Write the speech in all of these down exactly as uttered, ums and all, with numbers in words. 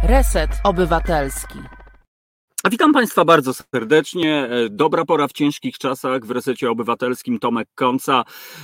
Reset Obywatelski. A witam Państwa bardzo serdecznie. Dobra pora w ciężkich czasach w Resecie Obywatelskim. Tomek Końca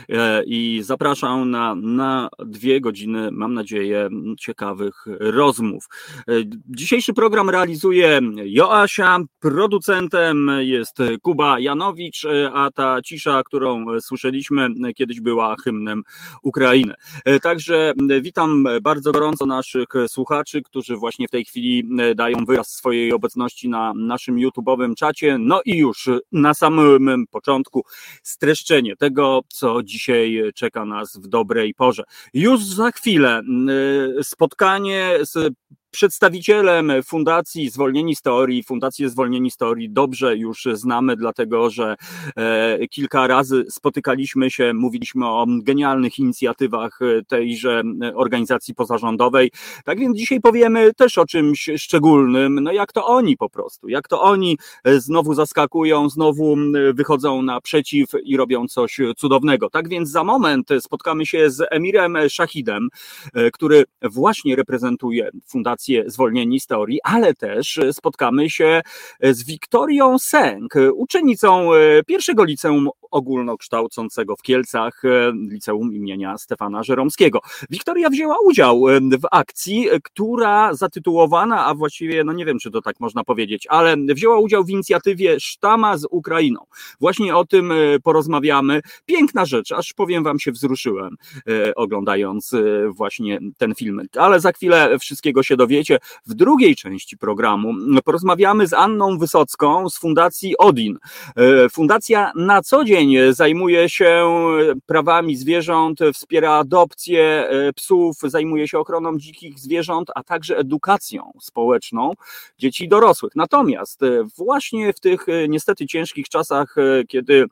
i zapraszam na, na dwie godziny, mam nadzieję, ciekawych rozmów. Dzisiejszy program realizuje Joasia, producentem jest Kuba Janowicz, a ta cisza, którą słyszeliśmy, kiedyś była hymnem Ukrainy. Także witam bardzo gorąco naszych słuchaczy, którzy właśnie w tej chwili dają wyraz swojej obecności na naszym YouTube'owym czacie. No i już na samym początku streszczenie tego, co dzisiaj czeka nas w dobrej porze. Już za chwilę spotkanie z przedstawicielem Fundacji Zwolnieni z Teorii. Fundację Zwolnieni z Teorii dobrze już znamy, dlatego że e, kilka razy spotykaliśmy się, mówiliśmy o genialnych inicjatywach tejże organizacji pozarządowej. Tak więc dzisiaj powiemy też o czymś szczególnym, no jak to oni po prostu, jak to oni znowu zaskakują, znowu wychodzą naprzeciw i robią coś cudownego. Tak więc za moment spotkamy się z Emirem Szahidem, który właśnie reprezentuje Fundację Zwolnieni z Teorii, ale też spotkamy się z Wiktorią Sęk, uczennicą pierwszego liceum ogólnokształcącego w Kielcach, liceum imienia Stefana Żeromskiego. Wiktoria wzięła udział w akcji, która zatytułowana, a właściwie, no nie wiem, czy to tak można powiedzieć, ale wzięła udział w inicjatywie Sztama z Ukrainą. Właśnie o tym porozmawiamy. Piękna rzecz, aż powiem wam, się wzruszyłem oglądając właśnie ten film, ale za chwilę wszystkiego się dowiecie. W drugiej części programu porozmawiamy z Anną Wysocką z Fundacji Odin. Fundacja na co dzień zajmuje się prawami zwierząt, wspiera adopcję psów, zajmuje się ochroną dzikich zwierząt, a także edukacją społeczną dzieci i dorosłych. Natomiast właśnie w tych niestety ciężkich czasach, kiedy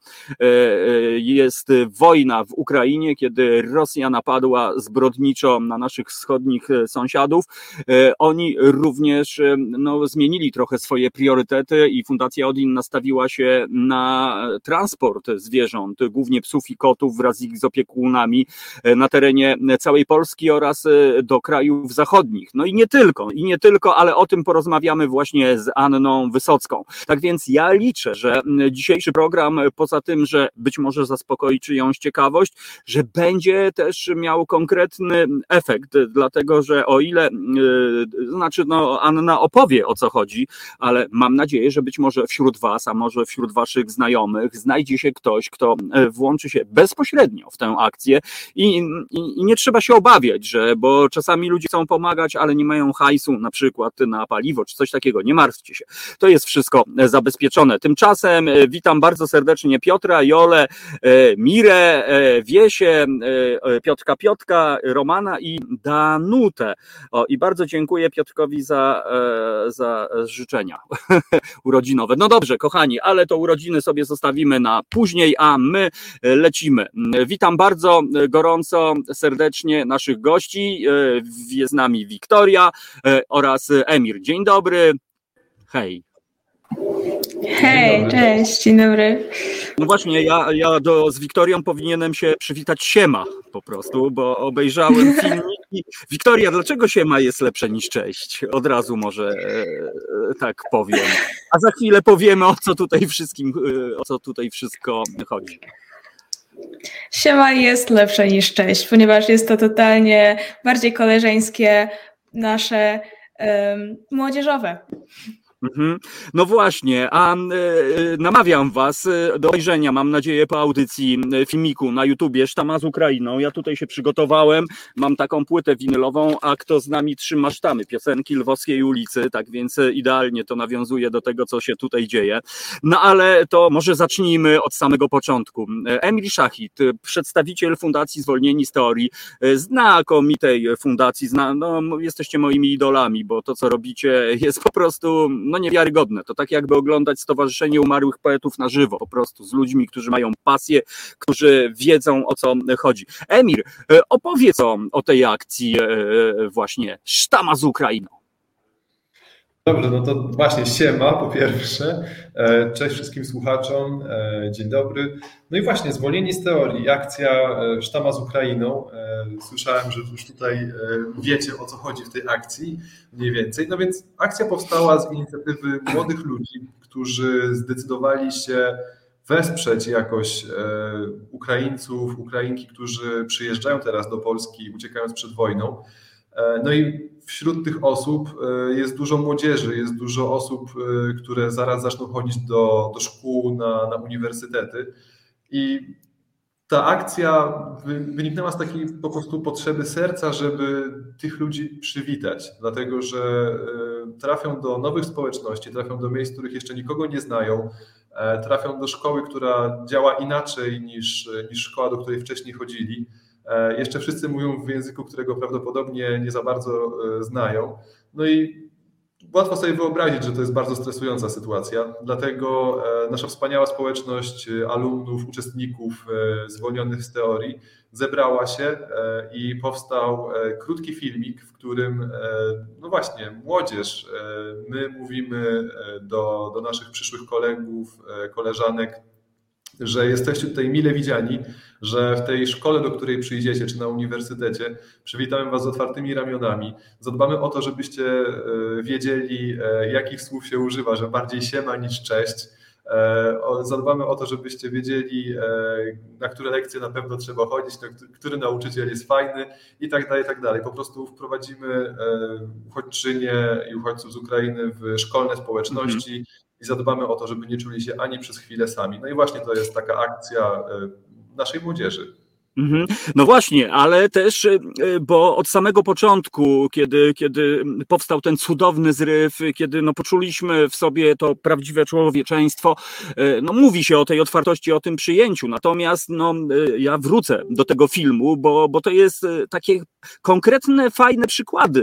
jest wojna w Ukrainie, kiedy Rosja napadła zbrodniczo na naszych wschodnich sąsiadów, oni również no, zmienili trochę swoje priorytety i Fundacja Odin nastawiła się na transport zwierząt, głównie psów i kotów wraz z ich opiekunami na terenie całej Polski oraz do krajów zachodnich. No i nie tylko, i nie tylko, ale o tym porozmawiamy właśnie z Anną Wysocką. Tak więc ja liczę, że dzisiejszy program, poza tym, że być może zaspokoi czyjąś ciekawość, że będzie też miał konkretny efekt, dlatego że o ile znaczy no Anna opowie, o co chodzi, ale mam nadzieję, że być może wśród was, a może wśród waszych znajomych znajdzie się ktoś, kto włączy się bezpośrednio w tę akcję i, i, i nie trzeba się obawiać, że, bo czasami ludzie chcą pomagać, ale nie mają hajsu na przykład na paliwo czy coś takiego, nie martwcie się, to jest wszystko zabezpieczone. Tymczasem witam bardzo serdecznie Piotra, Jolę, Mirę, Wiesię, Piotrka Piotka, Romana i Danutę. O, i bardzo dziękuję Piotrkowi za, za życzenia urodzinowe. No dobrze, kochani, ale to urodziny sobie zostawimy na później, a my lecimy. Witam bardzo gorąco, serdecznie naszych gości. Jest z nami Wiktoria oraz Emir. Dzień dobry. Hej. Hej, cześć, dzień dobry. No właśnie, ja, ja do, z Wiktorią powinienem się przywitać siema po prostu, bo obejrzałem filmik i Wiktoria, dlaczego siema jest lepsze niż cześć? Od razu może e, tak powiem. A za chwilę powiemy, o co tutaj wszystkim, o co tutaj wszystko chodzi. Siema jest lepsze niż cześć, ponieważ jest to totalnie bardziej koleżeńskie, nasze um, młodzieżowe. No właśnie, a namawiam was do obejrzenia, mam nadzieję, po audycji filmiku na YouTubie Sztama z Ukrainą. Ja tutaj się przygotowałem, mam taką płytę winylową, a kto z nami trzyma sztamy, piosenki Lwowskiej ulicy, tak więc idealnie to nawiązuje do tego, co się tutaj dzieje. No ale to może zacznijmy od samego początku. Emir Szahid, przedstawiciel Fundacji Zwolnieni z Teorii, znakomitej fundacji, zna, no, jesteście moimi idolami, bo to, co robicie, jest po prostu no niewiarygodne. To tak jakby oglądać Stowarzyszenie Umarłych Poetów na żywo, po prostu z ludźmi, którzy mają pasję, którzy wiedzą, o co chodzi. Emir, opowiedz o, o tej akcji właśnie Sztama z Ukrainą. Dobrze, no to właśnie siema po pierwsze. Cześć wszystkim słuchaczom, dzień dobry. No i właśnie zwolnieni z teorii, akcja Sztama z Ukrainą. Słyszałem, że już tutaj wiecie, o co chodzi w tej akcji mniej więcej. No więc akcja powstała z inicjatywy młodych ludzi, którzy zdecydowali się wesprzeć jakoś Ukraińców, Ukrainki, którzy przyjeżdżają teraz do Polski, uciekając przed wojną. No i wśród tych osób jest dużo młodzieży, jest dużo osób, które zaraz zaczną chodzić do, do szkół, na, na uniwersytety. I ta akcja wyniknęła z takiej po prostu potrzeby serca, żeby tych ludzi przywitać, dlatego że trafią do nowych społeczności, trafią do miejsc, w których jeszcze nikogo nie znają, trafią do szkoły, która działa inaczej niż, niż szkoła, do której wcześniej chodzili. Jeszcze wszyscy mówią w języku, którego prawdopodobnie nie za bardzo znają. No i łatwo sobie wyobrazić, że to jest bardzo stresująca sytuacja. Dlatego nasza wspaniała społeczność alumnów, uczestników zwolnionych z teorii zebrała się i powstał krótki filmik, w którym no właśnie młodzież, my mówimy do, do naszych przyszłych kolegów, koleżanek, że jesteście tutaj mile widziani, że w tej szkole, do której przyjdziecie, czy na uniwersytecie, przywitamy was z otwartymi ramionami. Zadbamy o to, żebyście wiedzieli, jakich słów się używa, że bardziej siema niż cześć. Zadbamy o to, żebyście wiedzieli, na które lekcje na pewno trzeba chodzić, który nauczyciel jest fajny i tak dalej, i tak dalej. Po prostu wprowadzimy uchodźczynie i uchodźców z Ukrainy w szkolne społeczności, mm. i zadbamy o to, żeby nie czuli się ani przez chwilę sami. No i właśnie to jest taka akcja naszej młodzieży. No właśnie, ale też, bo od samego początku, kiedy, kiedy powstał ten cudowny zryw, kiedy no poczuliśmy w sobie to prawdziwe człowieczeństwo, no mówi się o tej otwartości, o tym przyjęciu, natomiast no ja wrócę do tego filmu, bo, bo to jest takie konkretne, fajne przykłady,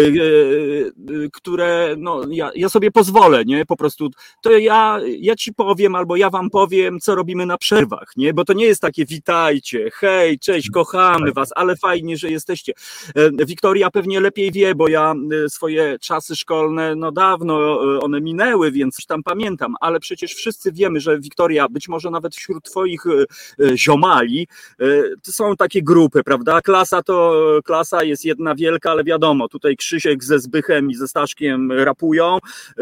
które no ja, ja sobie pozwolę, nie, po prostu to ja, ja ci powiem albo ja wam powiem, co robimy na przerwach, nie, bo to nie jest takie witajcie, hej, Hej, cześć, kochamy was, ale fajnie, że jesteście. Wiktoria pewnie lepiej wie, bo ja swoje czasy szkolne, no dawno one minęły, więc coś tam pamiętam, ale przecież wszyscy wiemy, że Wiktoria, być może nawet wśród twoich ziomali, to są takie grupy, prawda? Klasa to, klasa jest jedna wielka, ale wiadomo, tutaj Krzysiek ze Zbychem i ze Staszkiem rapują,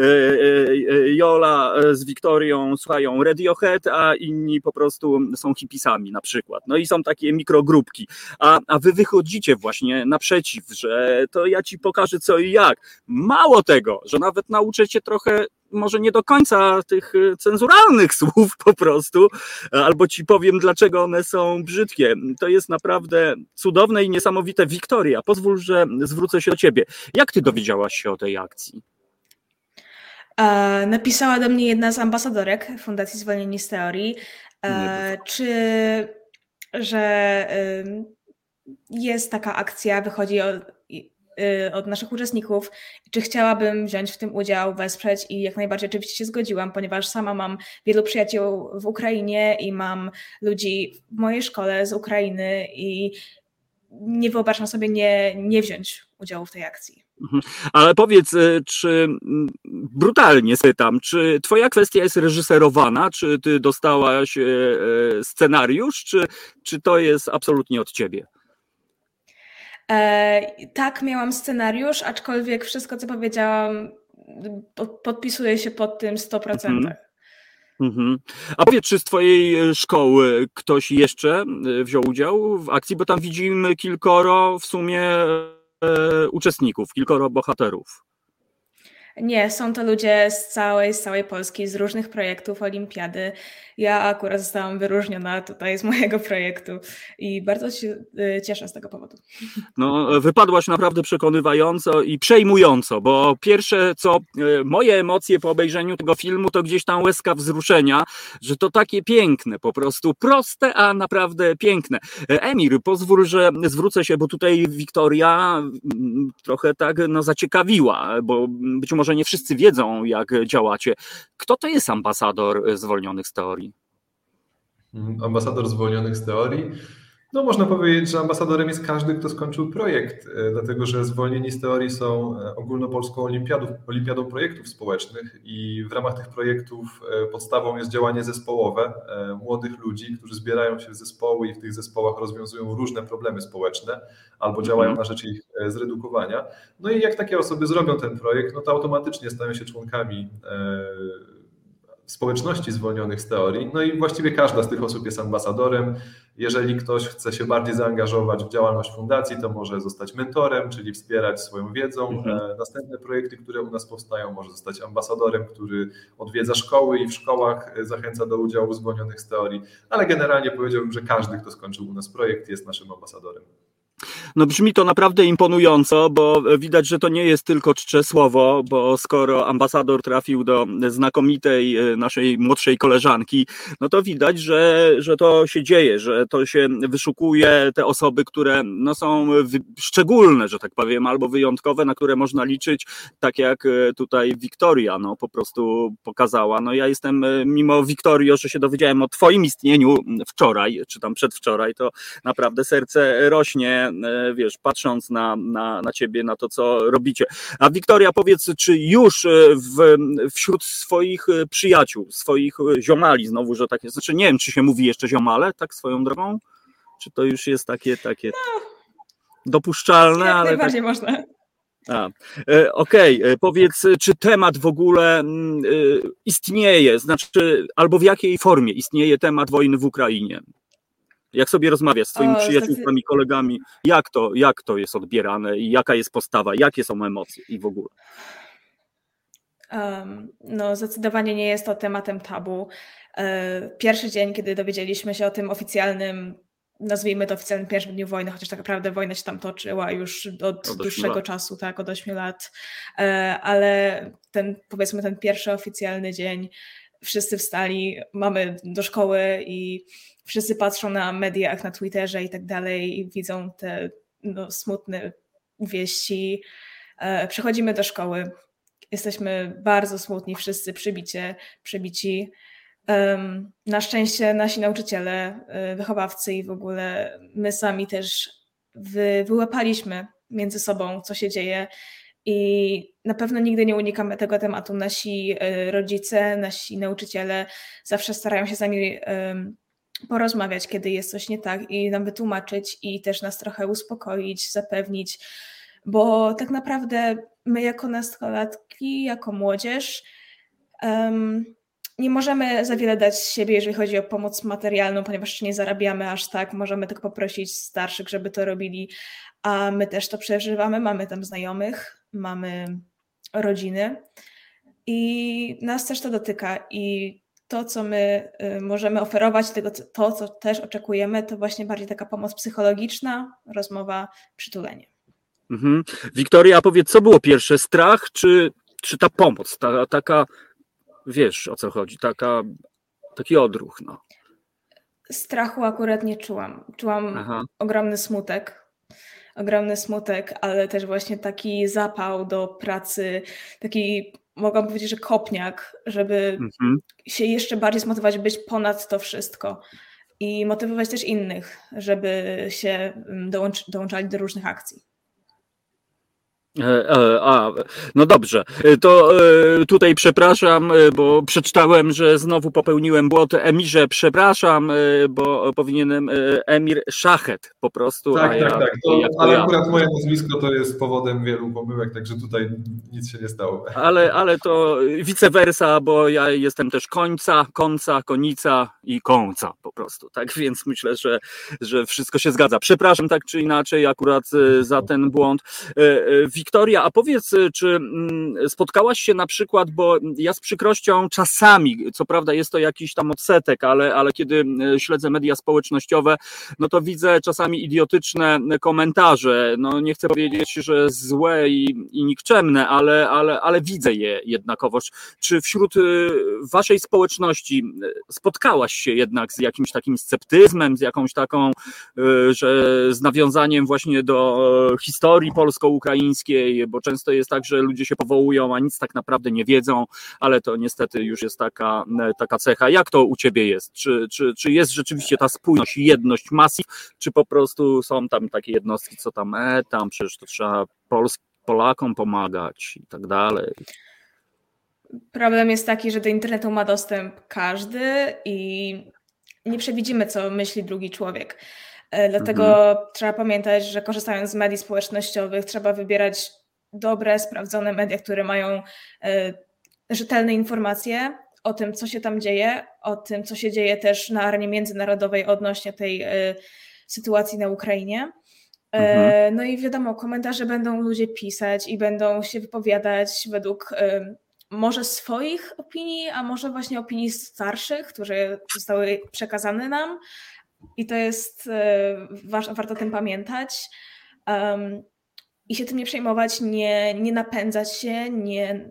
Jola z Wiktorią słuchają Radiohead, a inni po prostu są hipisami na przykład. No i są takie mikrogrupki, a, a wy wychodzicie właśnie naprzeciw, że to ja ci pokażę co i jak. Mało tego, że nawet nauczę cię trochę, może nie do końca tych cenzuralnych słów po prostu, albo ci powiem, dlaczego one są brzydkie. To jest naprawdę cudowne i niesamowite. Wiktoria, pozwól, że zwrócę się do ciebie. Jak ty dowiedziałaś się o tej akcji? E, napisała do mnie jedna z ambasadorek Fundacji Zwolnieni z Teorii, e, czy że jest taka akcja, wychodzi od, od naszych uczestników, czy chciałabym wziąć w tym udział, wesprzeć i jak najbardziej oczywiście się zgodziłam, ponieważ sama mam wielu przyjaciół w Ukrainie i mam ludzi w mojej szkole z Ukrainy i nie wyobrażam sobie nie, nie wziąć udziału w tej akcji. Ale powiedz, czy brutalnie spytam, czy twoja kwestia jest reżyserowana, czy ty dostałaś scenariusz, czy, czy to jest absolutnie od ciebie? E, tak, miałam scenariusz, aczkolwiek wszystko, co powiedziałam, podpisuję się pod tym sto procent. Mhm. Mhm. A powiedz, czy z twojej szkoły ktoś jeszcze wziął udział w akcji, bo tam widzimy kilkoro w sumie uczestników, kilkoro bohaterów. Nie, są to ludzie z całej, z całej Polski, z różnych projektów, olimpiady. Ja akurat zostałam wyróżniona tutaj z mojego projektu i bardzo się cieszę z tego powodu. No, wypadłaś naprawdę przekonywająco i przejmująco, bo pierwsze co, moje emocje po obejrzeniu tego filmu to gdzieś tam łezka wzruszenia, że to takie piękne, po prostu proste, a naprawdę piękne. Emir, pozwól, że zwrócę się, bo tutaj Wiktoria trochę tak no, zaciekawiła, bo być może nie wszyscy wiedzą, jak działacie. Kto to jest ambasador Zwolnionych z Teorii? Ambasador Zwolnionych z Teorii No można powiedzieć, że ambasadorem jest każdy, kto skończył projekt, dlatego że zwolnieni z teorii są ogólnopolską olimpiadą, olimpiadą projektów społecznych i w ramach tych projektów podstawą jest działanie zespołowe młodych ludzi, którzy zbierają się w zespoły i w tych zespołach rozwiązują różne problemy społeczne albo działają na rzecz ich zredukowania. No i jak takie osoby zrobią ten projekt, no to automatycznie stają się członkami społeczności zwolnionych z teorii, no i właściwie każda z tych osób jest ambasadorem. Jeżeli ktoś chce się bardziej zaangażować w działalność fundacji, to może zostać mentorem, czyli wspierać swoją wiedzą. Mhm. Następne projekty, które u nas powstają, może zostać ambasadorem, który odwiedza szkoły i w szkołach zachęca do udziału w zwolnionych z teorii, ale generalnie powiedziałbym, że każdy, kto skończył u nas projekt, jest naszym ambasadorem. No brzmi to naprawdę imponująco, bo widać, że to nie jest tylko czcze słowo, bo skoro ambasador trafił do znakomitej naszej młodszej koleżanki, no to widać, że, że to się dzieje, że to się wyszukuje te osoby, które no są szczególne, że tak powiem, albo wyjątkowe, na które można liczyć, tak jak tutaj Wiktoria no po prostu pokazała. No ja jestem, mimo Wiktorio, że się dowiedziałem o twoim istnieniu wczoraj, czy tam przedwczoraj, to naprawdę serce rośnie, wiesz, patrząc na, na, na ciebie, na to, co robicie. A Wiktoria, powiedz, czy już w, wśród swoich przyjaciół, swoich ziomali znowu, że tak jest, znaczy nie wiem, czy się mówi jeszcze ziomale, tak swoją drogą? Czy to już jest takie, takie no, dopuszczalne? Jak ale najbardziej tak... można. A, okej, okay. Powiedz, czy temat w ogóle istnieje, znaczy, albo w jakiej formie istnieje temat wojny w Ukrainie? Jak sobie rozmawiasz z twoimi o, przyjaciółkami, kolegami, jak to, jak to jest odbierane i jaka jest postawa, jakie są emocje i w ogóle? Um, no zdecydowanie nie jest to tematem tabu. Pierwszy dzień, kiedy dowiedzieliśmy się o tym oficjalnym, nazwijmy to oficjalnym pierwszym dniu wojny, chociaż tak naprawdę wojna się tam toczyła już od, od dłuższego czasu, tak, od ośmiu lat, ale ten, powiedzmy, ten pierwszy oficjalny dzień, wszyscy wstali, mamy do szkoły i wszyscy patrzą na mediach, na Twitterze i tak dalej i widzą te no, smutne wieści. E, przechodzimy do szkoły. Jesteśmy bardzo smutni, wszyscy przybicie, przybici. Um, na szczęście nasi nauczyciele, wychowawcy i w ogóle my sami też wy, wyłapaliśmy między sobą, co się dzieje i na pewno nigdy nie unikamy tego tematu. Nasi rodzice, nasi nauczyciele zawsze starają się z nami um, porozmawiać, kiedy jest coś nie tak i nam wytłumaczyć i też nas trochę uspokoić, zapewnić, bo tak naprawdę my jako nastolatki, jako młodzież um, nie możemy za wiele dać z siebie, jeżeli chodzi o pomoc materialną, ponieważ nie zarabiamy aż tak, możemy tylko poprosić starszych, żeby to robili, a my też to przeżywamy, mamy tam znajomych, mamy rodziny i nas też to dotyka i to, co my możemy oferować, tego, to, co też oczekujemy, to właśnie bardziej taka pomoc psychologiczna, rozmowa, przytulenie. Mhm. Wiktoria, a powiedz, co było pierwsze? Strach czy, czy ta pomoc? Ta, taka, wiesz o co chodzi, taka, taki odruch. No. Strachu akurat nie czułam. Czułam Aha. ogromny smutek. Ogromny smutek, ale też właśnie taki zapał do pracy, taki, mogłam powiedzieć, że kopniak, żeby mhm. się jeszcze bardziej zmotywować, być ponad to wszystko i motywować też innych, żeby się dołącz- dołączali do różnych akcji. A, no dobrze, to tutaj przepraszam, bo przeczytałem, że znowu popełniłem błąd. Emirze, przepraszam, bo powinienem Emir Szachet po prostu. Tak, a tak, ja, tak, to, ale ja. akurat moje nazwisko to jest powodem wielu pomyłek, także tutaj nic się nie stało. Ale, ale to vice versa, bo ja jestem też końca, końca, konica i końca po prostu, tak więc myślę, że, że wszystko się zgadza. Przepraszam tak czy inaczej akurat za ten błąd. Wiktoria, a powiedz, czy spotkałaś się na przykład, bo ja z przykrością czasami, co prawda jest to jakiś tam odsetek, ale, ale kiedy śledzę media społecznościowe, no to widzę czasami idiotyczne komentarze, no nie chcę powiedzieć, że złe i, i nikczemne, ale, ale, ale widzę je jednakowoż. Czy wśród waszej społeczności spotkałaś się jednak z jakimś takim sceptyzmem, z jakąś taką, że z nawiązaniem właśnie do historii polsko-ukraińskiej, szybciej, bo często jest tak, że ludzie się powołują, a nic tak naprawdę nie wiedzą, ale to niestety już jest taka, taka cecha. Jak to u ciebie jest? Czy, czy, czy jest rzeczywiście ta spójność, jedność, masyw, czy po prostu są tam takie jednostki, co tam, e, tam przecież to trzeba Pols- Polakom pomagać i tak dalej? Problem jest taki, że do internetu ma dostęp każdy i nie przewidzimy, co myśli drugi człowiek. Dlatego mhm. trzeba pamiętać, że korzystając z mediów społecznościowych trzeba wybierać dobre, sprawdzone media, które mają rzetelne informacje o tym, co się tam dzieje, o tym, co się dzieje też na arenie międzynarodowej odnośnie tej sytuacji na Ukrainie. Mhm. No i wiadomo, komentarze będą ludzie pisać i będą się wypowiadać według może swoich opinii, a może właśnie opinii starszych, które zostały przekazane nam. I to jest, warto o tym pamiętać um, i się tym nie przejmować, nie, nie napędzać się, nie,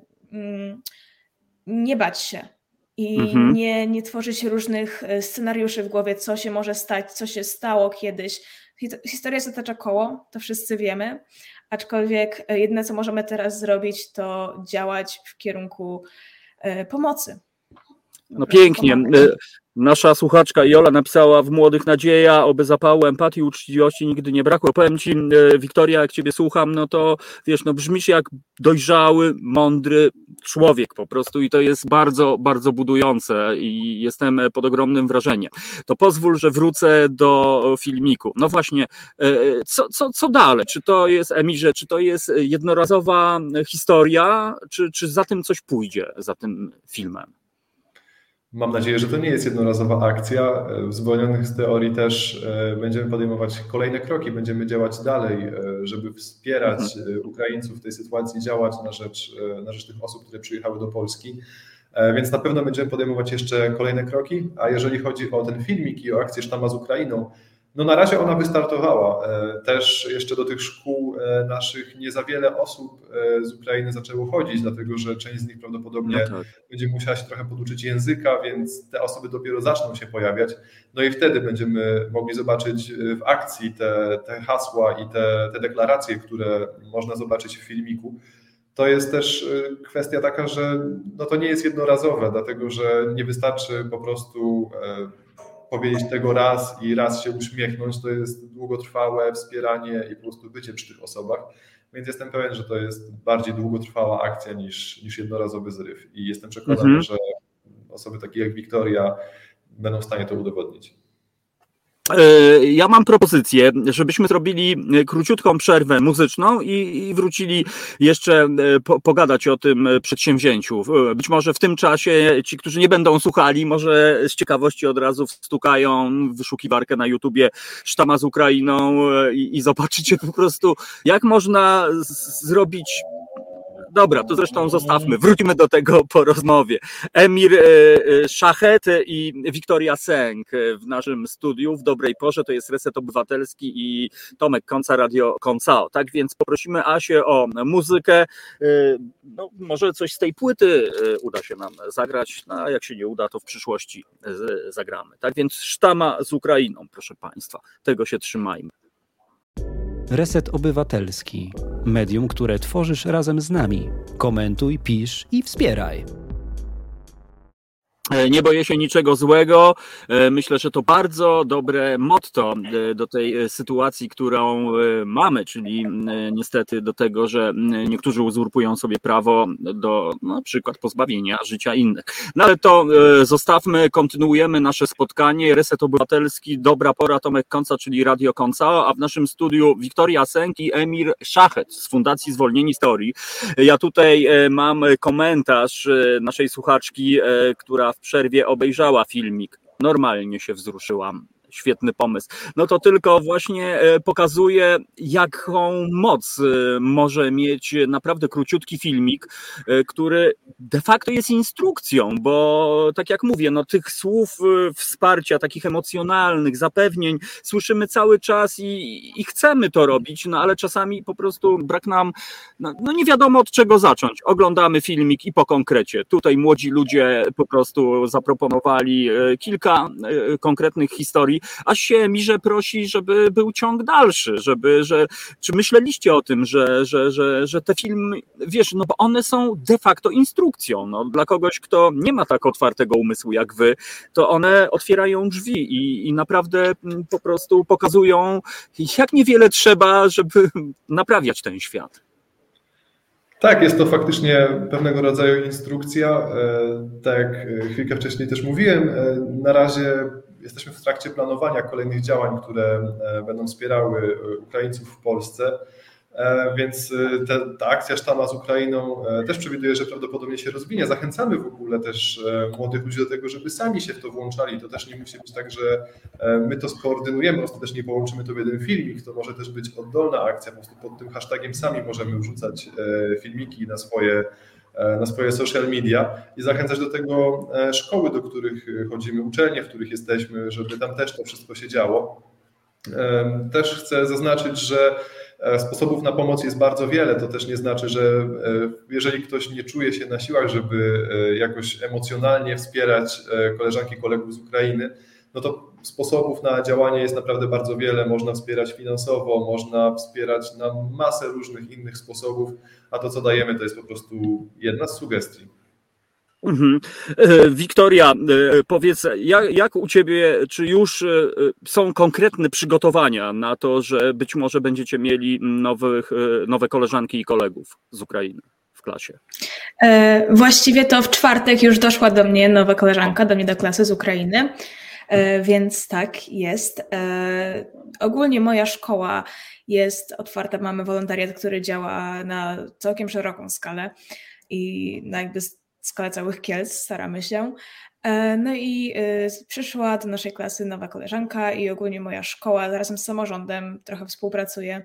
nie bać się i mhm. nie, nie tworzyć różnych scenariuszy w głowie, co się może stać, co się stało kiedyś. Historia zatacza koło, to wszyscy wiemy, aczkolwiek jedyne, co możemy teraz zrobić, to działać w kierunku pomocy. No pięknie. Pomagać. Nasza słuchaczka Jola napisała: w młodych nadzieja, oby zapału, empatii, uczciwości nigdy nie brakło. Powiem ci, Wiktoria, jak ciebie słucham, no to wiesz, no brzmisz jak dojrzały, mądry człowiek po prostu i to jest bardzo, bardzo budujące i jestem pod ogromnym wrażeniem. To pozwól, że wrócę do filmiku. No właśnie, co, co, co dalej? Czy to jest, Emirze, czy to jest jednorazowa historia, czy, czy za tym coś pójdzie, za tym filmem? Mam nadzieję, że to nie jest jednorazowa akcja. W Zwolnionych z teorii też będziemy podejmować kolejne kroki, będziemy działać dalej, żeby wspierać Ukraińców w tej sytuacji, działać na rzecz, na rzecz tych osób, które przyjechały do Polski. Więc na pewno będziemy podejmować jeszcze kolejne kroki, a jeżeli chodzi o ten filmik i o akcję Sztama z Ukrainą, no na razie ona wystartowała. Też jeszcze do tych szkół naszych nie za wiele osób z Ukrainy zaczęło chodzić, dlatego że część z nich prawdopodobnie no tak. będzie musiała się trochę poduczyć języka, więc te osoby dopiero zaczną się pojawiać. No i wtedy będziemy mogli zobaczyć w akcji te, te hasła i te, te deklaracje, które można zobaczyć w filmiku. To jest też kwestia taka, że no to nie jest jednorazowe, dlatego że nie wystarczy po prostu powiedzieć tego raz i raz się uśmiechnąć, to jest długotrwałe wspieranie i po prostu bycie przy tych osobach, więc jestem pewien, że to jest bardziej długotrwała akcja niż, niż jednorazowy zryw i jestem przekonany, mhm. że osoby takie jak Wiktoria będą w stanie to udowodnić. Ja mam propozycję, żebyśmy zrobili króciutką przerwę muzyczną i, i wrócili jeszcze po, pogadać o tym przedsięwzięciu. Być może w tym czasie ci, którzy nie będą słuchali, może z ciekawości od razu wstukają w wyszukiwarkę na YouTubie Sztama z Ukrainą i, i zobaczycie po prostu, jak można z, zrobić. Dobra, to zresztą zostawmy, wrócimy do tego po rozmowie. Emir Szachet i Wiktoria Sęk w naszym studiu w dobrej porze, to jest Reset Obywatelski i Tomek Konca, Radio Koncao. Tak więc poprosimy Asię o muzykę, no może coś z tej płyty uda się nam zagrać, no, a jak się nie uda, to w przyszłości zagramy. Tak więc Sztama z Ukrainą, proszę Państwa, tego się trzymajmy. Reset Obywatelski. Medium, które tworzysz razem z nami. Komentuj, pisz i wspieraj. Nie boję się niczego złego. Myślę, że to bardzo dobre motto do tej sytuacji, którą mamy, czyli niestety do tego, że niektórzy uzurpują sobie prawo do na przykład pozbawienia życia innych. No ale to zostawmy, kontynuujemy nasze spotkanie. Reset Obywatelski, dobra pora, Tomek Konca, czyli Radio Koncao, a w naszym studiu Wiktoria Sęk i Emir Szachet z Fundacji Zwolnieni z Teorii. Ja tutaj mam komentarz naszej słuchaczki, która w przerwie obejrzała filmik. Normalnie się wzruszyłam. Świetny pomysł. No to tylko właśnie pokazuje, jaką moc może mieć naprawdę króciutki filmik, który de facto jest instrukcją, bo tak jak mówię, no tych słów wsparcia, takich emocjonalnych, zapewnień słyszymy cały czas i, i chcemy to robić, no ale czasami po prostu brak nam, no, no nie wiadomo od czego zacząć. Oglądamy filmik i po konkrecie. Tutaj młodzi ludzie po prostu zaproponowali kilka konkretnych historii. aż się Emirze prosi, żeby był ciąg dalszy, żeby, że, czy myśleliście o tym, że, że, że, że te filmy, wiesz, no bo one są de facto instrukcją, no, dla kogoś, kto nie ma tak otwartego umysłu jak wy, to one otwierają drzwi i, i naprawdę po prostu pokazują, jak niewiele trzeba, żeby naprawiać ten świat. Tak, jest to faktycznie pewnego rodzaju instrukcja. Tak jak chwilkę wcześniej też mówiłem, na razie jesteśmy w trakcie planowania kolejnych działań, które będą wspierały Ukraińców w Polsce, więc te, ta akcja Sztama z Ukrainą też przewiduje, że prawdopodobnie się rozwinie. Zachęcamy w ogóle też młodych ludzi do tego, żeby sami się w to włączali. To też nie musi być tak, że my to skoordynujemy, ostatecznie połączymy to w jeden filmik. To może też być oddolna akcja, po prostu pod tym hashtagiem sami możemy wrzucać filmiki na swoje, na swoje social media i zachęcać do tego szkoły, do których chodzimy, uczelnie, w których jesteśmy, żeby tam też to wszystko się działo. Też chcę zaznaczyć, że sposobów na pomoc jest bardzo wiele. To też nie znaczy, że jeżeli ktoś nie czuje się na siłach, żeby jakoś emocjonalnie wspierać koleżanki, kolegów z Ukrainy, no to sposobów na działanie jest naprawdę bardzo wiele. Można wspierać finansowo, można wspierać na masę różnych innych sposobów, a to, co dajemy, to jest po prostu jedna z sugestii. Mhm. Wiktoria, powiedz, jak, jak u ciebie, czy już są konkretne przygotowania na to, że być może będziecie mieli nowych, nowe koleżanki i kolegów z Ukrainy w klasie? E, właściwie to w czwartek już doszła do mnie nowa koleżanka, do mnie do klasy z Ukrainy, e, więc tak jest. E, ogólnie moja szkoła jest otwarta, mamy wolontariat, który działa na całkiem szeroką skalę i na jakby skalę całych Kielc, staramy się. No i przyszła do naszej klasy nowa koleżanka i ogólnie moja szkoła razem z samorządem trochę współpracuje.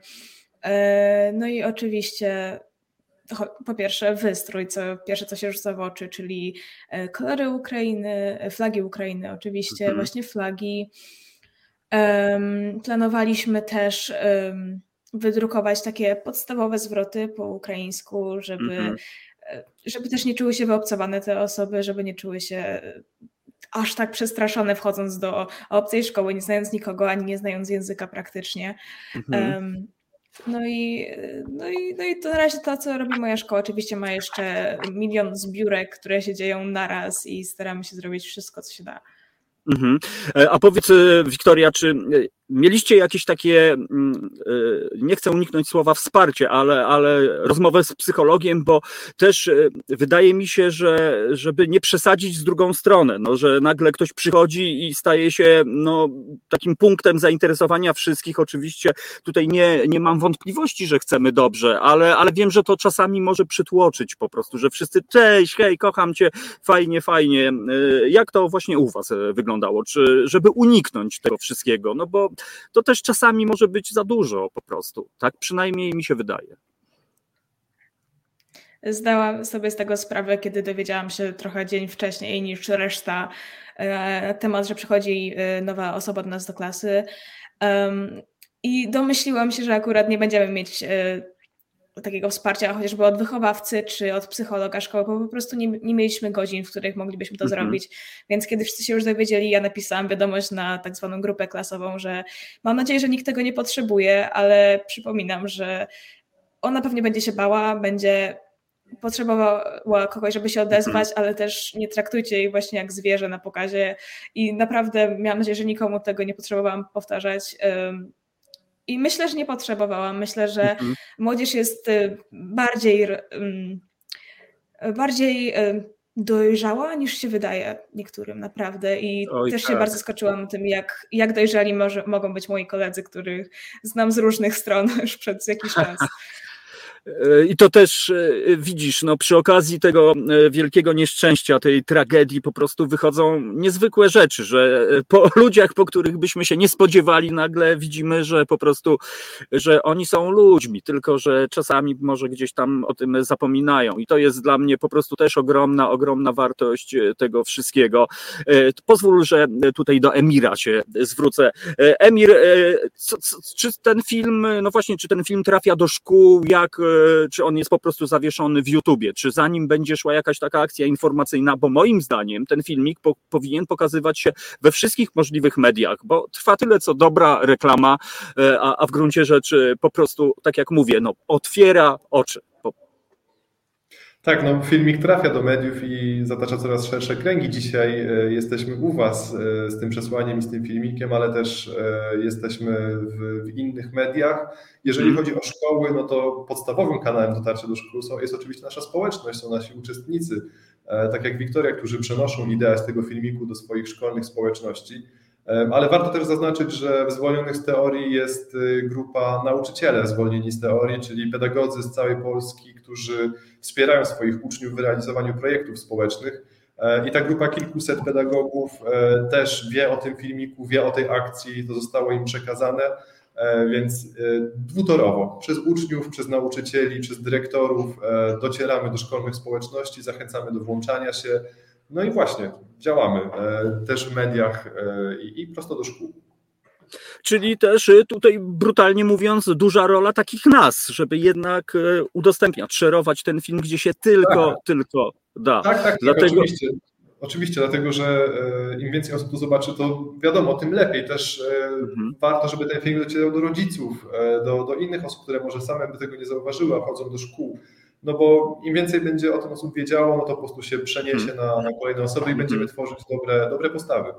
No i oczywiście po pierwsze wystrój, co pierwsze co się rzuca w oczy, czyli kolory Ukrainy, flagi Ukrainy oczywiście, mhm. właśnie flagi. Planowaliśmy też wydrukować takie podstawowe zwroty po ukraińsku, żeby mhm. żeby też nie czuły się wyobcowane te osoby, żeby nie czuły się aż tak przestraszone wchodząc do obcej szkoły, nie znając nikogo, ani nie znając języka praktycznie. Mhm. Um, no, i, no, i, no i to na razie to, co robi moja szkoła. Oczywiście ma jeszcze milion zbiórek, które się dzieją naraz i staramy się zrobić wszystko, co się da. Mhm. A powiedz, Wiktoria, czy mieliście jakieś takie, nie chcę uniknąć słowa wsparcie, ale, ale rozmowę z psychologiem, bo też wydaje mi się, że żeby nie przesadzić z drugą stronę, no, że nagle ktoś przychodzi i staje się no, takim punktem zainteresowania wszystkich. Oczywiście tutaj nie, nie mam wątpliwości, że chcemy dobrze, ale, ale wiem, że to czasami może przytłoczyć po prostu, że wszyscy cześć, hej, kocham cię, fajnie, fajnie. Jak to właśnie u was wyglądało? Czy żeby uniknąć tego wszystkiego? No bo to też czasami może być za dużo po prostu. Tak przynajmniej mi się wydaje. Zdałam sobie z tego sprawę, kiedy dowiedziałam się trochę dzień wcześniej niż reszta na temat, że przychodzi nowa osoba do nas do klasy. I domyśliłam się, że akurat nie będziemy mieć takiego wsparcia chociażby od wychowawcy czy od psychologa szkoły, bo po prostu nie, nie mieliśmy godzin, w których moglibyśmy to mm-hmm. zrobić. Więc kiedy wszyscy się już dowiedzieli, ja napisałam wiadomość na tak zwaną grupę klasową, że mam nadzieję, że nikt tego nie potrzebuje, ale przypominam, że ona pewnie będzie się bała, będzie potrzebowała kogoś, żeby się odezwać, mm-hmm. ale też nie traktujcie jej właśnie jak zwierzę na pokazie i naprawdę miałam nadzieję, że nikomu tego nie potrzebowałam powtarzać. I myślę, że nie potrzebowałam. Myślę, że mm-hmm. młodzież jest bardziej, bardziej dojrzała niż się wydaje niektórym naprawdę. I Oj, też tak. się bardzo zaskoczyłam tym, jak, jak dojrzali może, mogą być moi koledzy, których znam z różnych stron już przez jakiś czas. I to też widzisz, no przy okazji tego wielkiego nieszczęścia, tej tragedii po prostu wychodzą niezwykłe rzeczy, że po ludziach, po których byśmy się nie spodziewali, nagle widzimy, że po prostu, że oni są ludźmi, tylko że czasami może gdzieś tam o tym zapominają i to jest dla mnie po prostu też ogromna, ogromna wartość tego wszystkiego. Pozwól, że tutaj do Emira się zwrócę. Emir, co, co, czy ten film, no właśnie, czy ten film trafia do szkół, jak czy on jest po prostu zawieszony w YouTubie? Czy za nim będzie szła jakaś taka akcja informacyjna? Bo moim zdaniem ten filmik po, powinien pokazywać się we wszystkich możliwych mediach, bo trwa tyle co dobra reklama, a, a w gruncie rzeczy po prostu, tak jak mówię, no, otwiera oczy. Tak, no filmik trafia do mediów i zatacza coraz szersze kręgi. Dzisiaj jesteśmy u Was z tym przesłaniem i z tym filmikiem, ale też jesteśmy w, w innych mediach. Jeżeli chodzi o szkoły, no to podstawowym kanałem dotarcia do szkół jest oczywiście nasza społeczność, są nasi uczestnicy, tak jak Wiktoria, którzy przenoszą ideę z tego filmiku do swoich szkolnych społeczności. Ale warto też zaznaczyć, że w zwolnionych z teorii jest grupa nauczyciele zwolnieni z teorii, czyli pedagodzy z całej Polski, którzy wspierają swoich uczniów w realizowaniu projektów społecznych. I ta grupa kilkuset pedagogów też wie o tym filmiku, wie o tej akcji, to zostało im przekazane, więc dwutorowo, przez uczniów, przez nauczycieli, przez dyrektorów docieramy do szkolnych społeczności, zachęcamy do włączania się. No i właśnie, działamy też w mediach i prosto do szkół. Czyli też tutaj brutalnie mówiąc duża rola takich nas, żeby jednak udostępniać, szerować ten film, gdzie się tylko, tak. tylko da. Tak, tak, Dlatego... tak oczywiście. Oczywiście, dlatego że im więcej osób to zobaczy, to wiadomo, tym lepiej. Też mhm. warto, żeby ten film docierał do rodziców, do, do innych osób, które może same by tego nie zauważyły, a chodzą do szkół. No bo im więcej będzie o tym osób wiedziało, no to po prostu się przeniesie na, na kolejne osoby i będziemy tworzyć dobre, dobre postawy.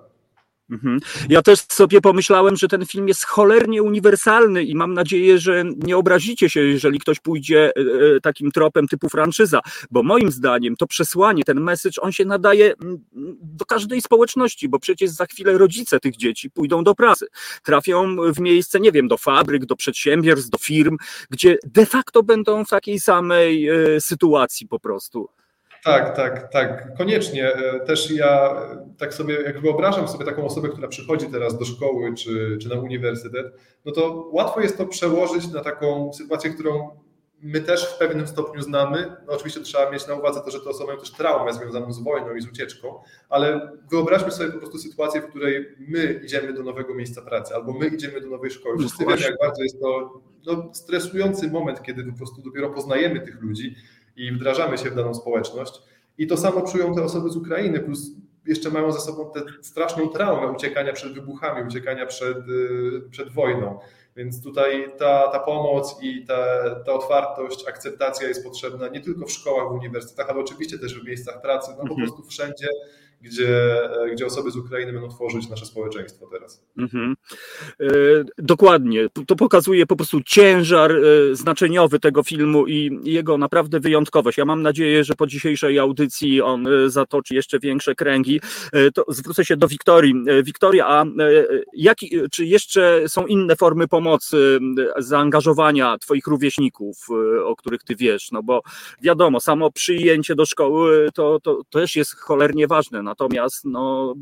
Ja też sobie pomyślałem, że ten film jest cholernie uniwersalny i mam nadzieję, że nie obrazicie się, jeżeli ktoś pójdzie takim tropem typu franczyza, bo moim zdaniem to przesłanie, ten message, on się nadaje do każdej społeczności, bo przecież za chwilę rodzice tych dzieci pójdą do pracy, trafią w miejsce, nie wiem, do fabryk, do przedsiębiorstw, do firm, gdzie de facto będą w takiej samej sytuacji po prostu. Tak, tak, tak, koniecznie. Też ja tak sobie, jak wyobrażam sobie taką osobę, która przychodzi teraz do szkoły czy, czy na uniwersytet, no to łatwo jest to przełożyć na taką sytuację, którą my też w pewnym stopniu znamy. No oczywiście trzeba mieć na uwadze to, że te osoby mają też traumę związaną z wojną i z ucieczką, ale wyobraźmy sobie po prostu sytuację, w której my idziemy do nowego miejsca pracy albo my idziemy do nowej szkoły. Wszyscy wiemy, jak bardzo jest to no, stresujący moment, kiedy po prostu dopiero poznajemy tych ludzi i wdrażamy się w daną społeczność. I to samo czują te osoby z Ukrainy, plus jeszcze mają ze sobą tę straszną traumę uciekania przed wybuchami, uciekania przed, przed wojną. Więc tutaj ta, ta pomoc i ta, ta otwartość, akceptacja jest potrzebna nie tylko w szkołach, w uniwersytetach, ale oczywiście też w miejscach pracy, no po mhm. prostu wszędzie, gdzie, gdzie osoby z Ukrainy będą tworzyć nasze społeczeństwo teraz. Mhm. E, dokładnie. To pokazuje po prostu ciężar e, znaczeniowy tego filmu i jego naprawdę wyjątkowość. Ja mam nadzieję, że po dzisiejszej audycji on e, zatoczy jeszcze większe kręgi. E, to zwrócę się do Wiktorii. E, Wiktoria, a e, jaki, czy jeszcze są inne formy pomocy, e, zaangażowania twoich rówieśników, e, o których ty wiesz? No bo wiadomo, samo przyjęcie do szkoły to, to, to też jest cholernie ważne. Natomiast no,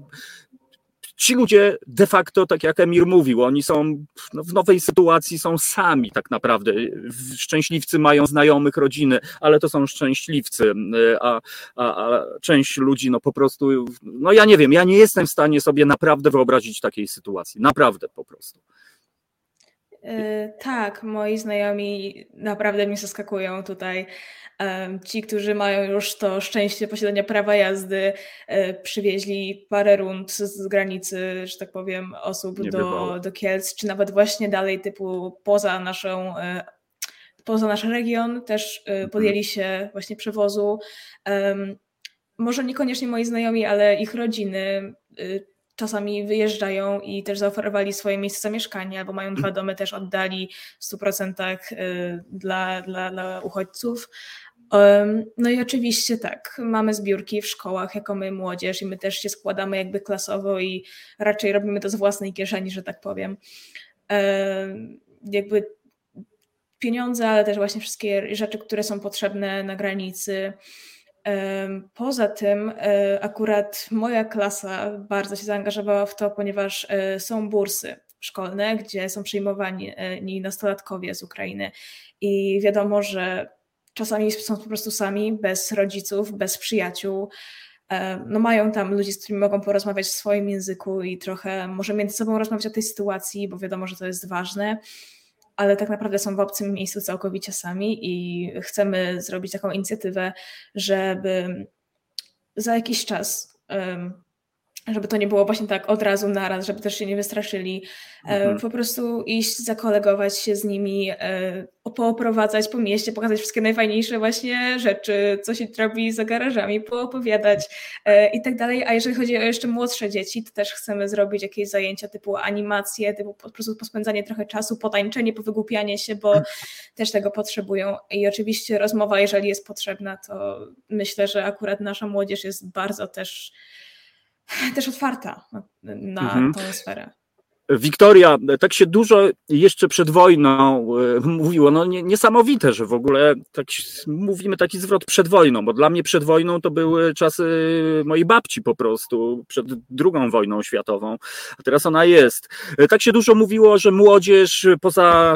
ci ludzie de facto, tak jak Emir mówił, oni są no, w nowej sytuacji, są sami tak naprawdę. Szczęśliwcy mają znajomych, rodziny, ale to są szczęśliwcy, a, a, a część ludzi no po prostu, no ja nie wiem, ja nie jestem w stanie sobie naprawdę wyobrazić takiej sytuacji. Naprawdę po prostu. Yy, tak, moi znajomi naprawdę mnie zaskakują tutaj. Ci, którzy mają już to szczęście posiadania prawa jazdy, przywieźli parę rund z granicy, że tak powiem, osób do, do Kielc, czy nawet właśnie dalej typu poza naszą, poza nasz region też podjęli się właśnie przewozu. Może niekoniecznie moi znajomi, ale ich rodziny czasami wyjeżdżają i też zaoferowali swoje miejsce zamieszkania, albo mają dwa domy, też oddali w stu procentach dla, dla, dla uchodźców. No i oczywiście tak, mamy zbiórki w szkołach jako my młodzież i my też się składamy jakby klasowo i raczej robimy to z własnej kieszeni, że tak powiem. Jakby pieniądze, ale też właśnie wszystkie rzeczy, które są potrzebne na granicy. Poza tym akurat moja klasa bardzo się zaangażowała w to, ponieważ są bursy szkolne, gdzie są przyjmowani nastolatkowie z Ukrainy i wiadomo, że czasami są po prostu sami, bez rodziców, bez przyjaciół. No mają tam ludzi, z którymi mogą porozmawiać w swoim języku i trochę może między sobą rozmawiać o tej sytuacji, bo wiadomo, że to jest ważne. ale tak naprawdę są w obcym miejscu całkowicie sami i chcemy zrobić taką inicjatywę, żeby za jakiś czas, żeby to nie było właśnie tak od razu naraz, żeby też się nie wystraszyli, mhm. po prostu iść, zakolegować się z nimi, pooprowadzać po mieście, pokazać wszystkie najfajniejsze właśnie rzeczy, co się robi za garażami, poopowiadać i tak dalej. A jeżeli chodzi o jeszcze młodsze dzieci, to też chcemy zrobić jakieś zajęcia typu animacje, typu po prostu pospędzanie trochę czasu, potańczenie, powygłupianie się, bo też tego potrzebują. I oczywiście rozmowa, jeżeli jest potrzebna, to myślę, że akurat nasza młodzież jest bardzo też też otwarta na, na mhm. tą sferę. Wiktoria, tak się dużo jeszcze przed wojną mówiło, no niesamowite, że w ogóle tak, mówimy taki zwrot przed wojną, bo dla mnie przed wojną to były czasy mojej babci po prostu, przed drugą wojną światową, a teraz ona jest. Tak się dużo mówiło, że młodzież poza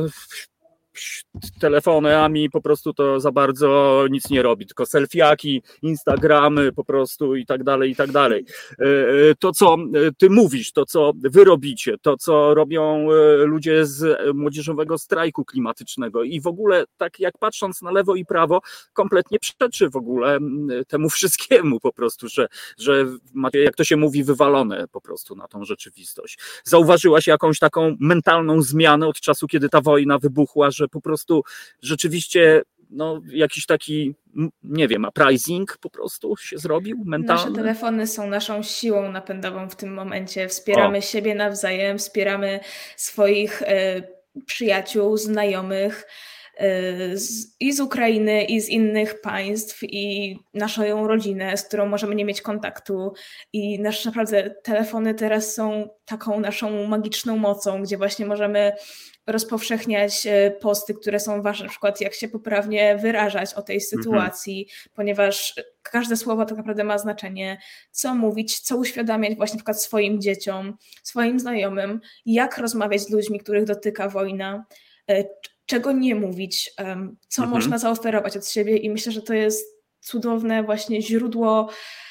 telefonami po prostu to za bardzo nic nie robi, tylko selfiaki, Instagramy po prostu i tak dalej, i tak dalej. To, co ty mówisz, to, co wy robicie, to, co robią ludzie z młodzieżowego strajku klimatycznego i w ogóle tak jak patrząc na lewo i prawo, kompletnie przeczy w ogóle temu wszystkiemu po prostu, że, że macie, jak to się mówi, wywalone po prostu na tą rzeczywistość. Zauważyłaś jakąś taką mentalną zmianę od czasu, kiedy ta wojna wybuchła, że po prostu rzeczywiście no, jakiś taki, nie wiem, uprising po prostu się zrobił mentalny? Nasze telefony są naszą siłą napędową w tym momencie. Wspieramy o. siebie nawzajem, wspieramy swoich y, przyjaciół, znajomych y, z, i z Ukrainy, i z innych państw, i naszą rodzinę, z którą możemy nie mieć kontaktu. I nasze naprawdę telefony teraz są taką naszą magiczną mocą, gdzie właśnie możemy rozpowszechniać posty, które są ważne, na przykład jak się poprawnie wyrażać o tej sytuacji, mhm. ponieważ każde słowo tak naprawdę ma znaczenie, co mówić, co uświadamiać właśnie na przykład swoim dzieciom, swoim znajomym, jak rozmawiać z ludźmi, których dotyka wojna, czego nie mówić, co mhm. można zaoferować od siebie i myślę, że to jest cudowne właśnie źródło,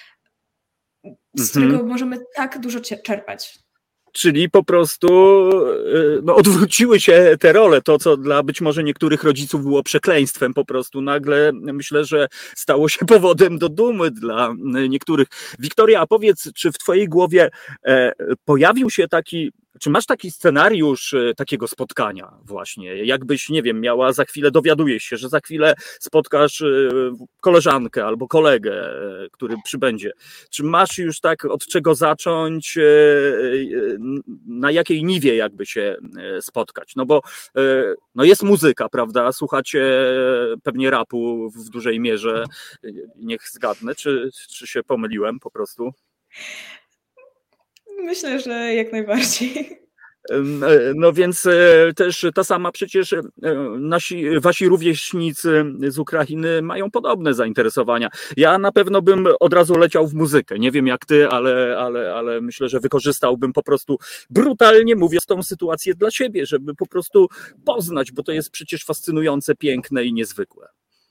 z mhm. którego możemy tak dużo czerpać. Czyli po prostu no, odwróciły się te role, to co dla być może niektórych rodziców było przekleństwem po prostu nagle myślę, że stało się powodem do dumy dla niektórych. Wiktoria, a powiedz, czy w twojej głowie e, pojawił się taki, czy masz taki scenariusz takiego spotkania właśnie, jakbyś, nie wiem, miała za chwilę, dowiadujesz się, że za chwilę spotkasz koleżankę albo kolegę, który przybędzie. Czy masz już tak od czego zacząć, na jakiej niwie jakby się spotkać? No bo no jest muzyka, prawda? Słuchacie pewnie rapu w dużej mierze. Niech zgadnę, czy, czy się pomyliłem po prostu? Myślę, że jak najbardziej. No więc też ta sama przecież nasi, wasi rówieśnicy z Ukrainy mają podobne zainteresowania. Ja na pewno bym od razu leciał w muzykę. Nie wiem jak ty, ale, ale, ale myślę, że wykorzystałbym po prostu brutalnie, mówiąc, tą sytuację dla siebie, żeby po prostu poznać, bo to jest przecież fascynujące, piękne i niezwykłe.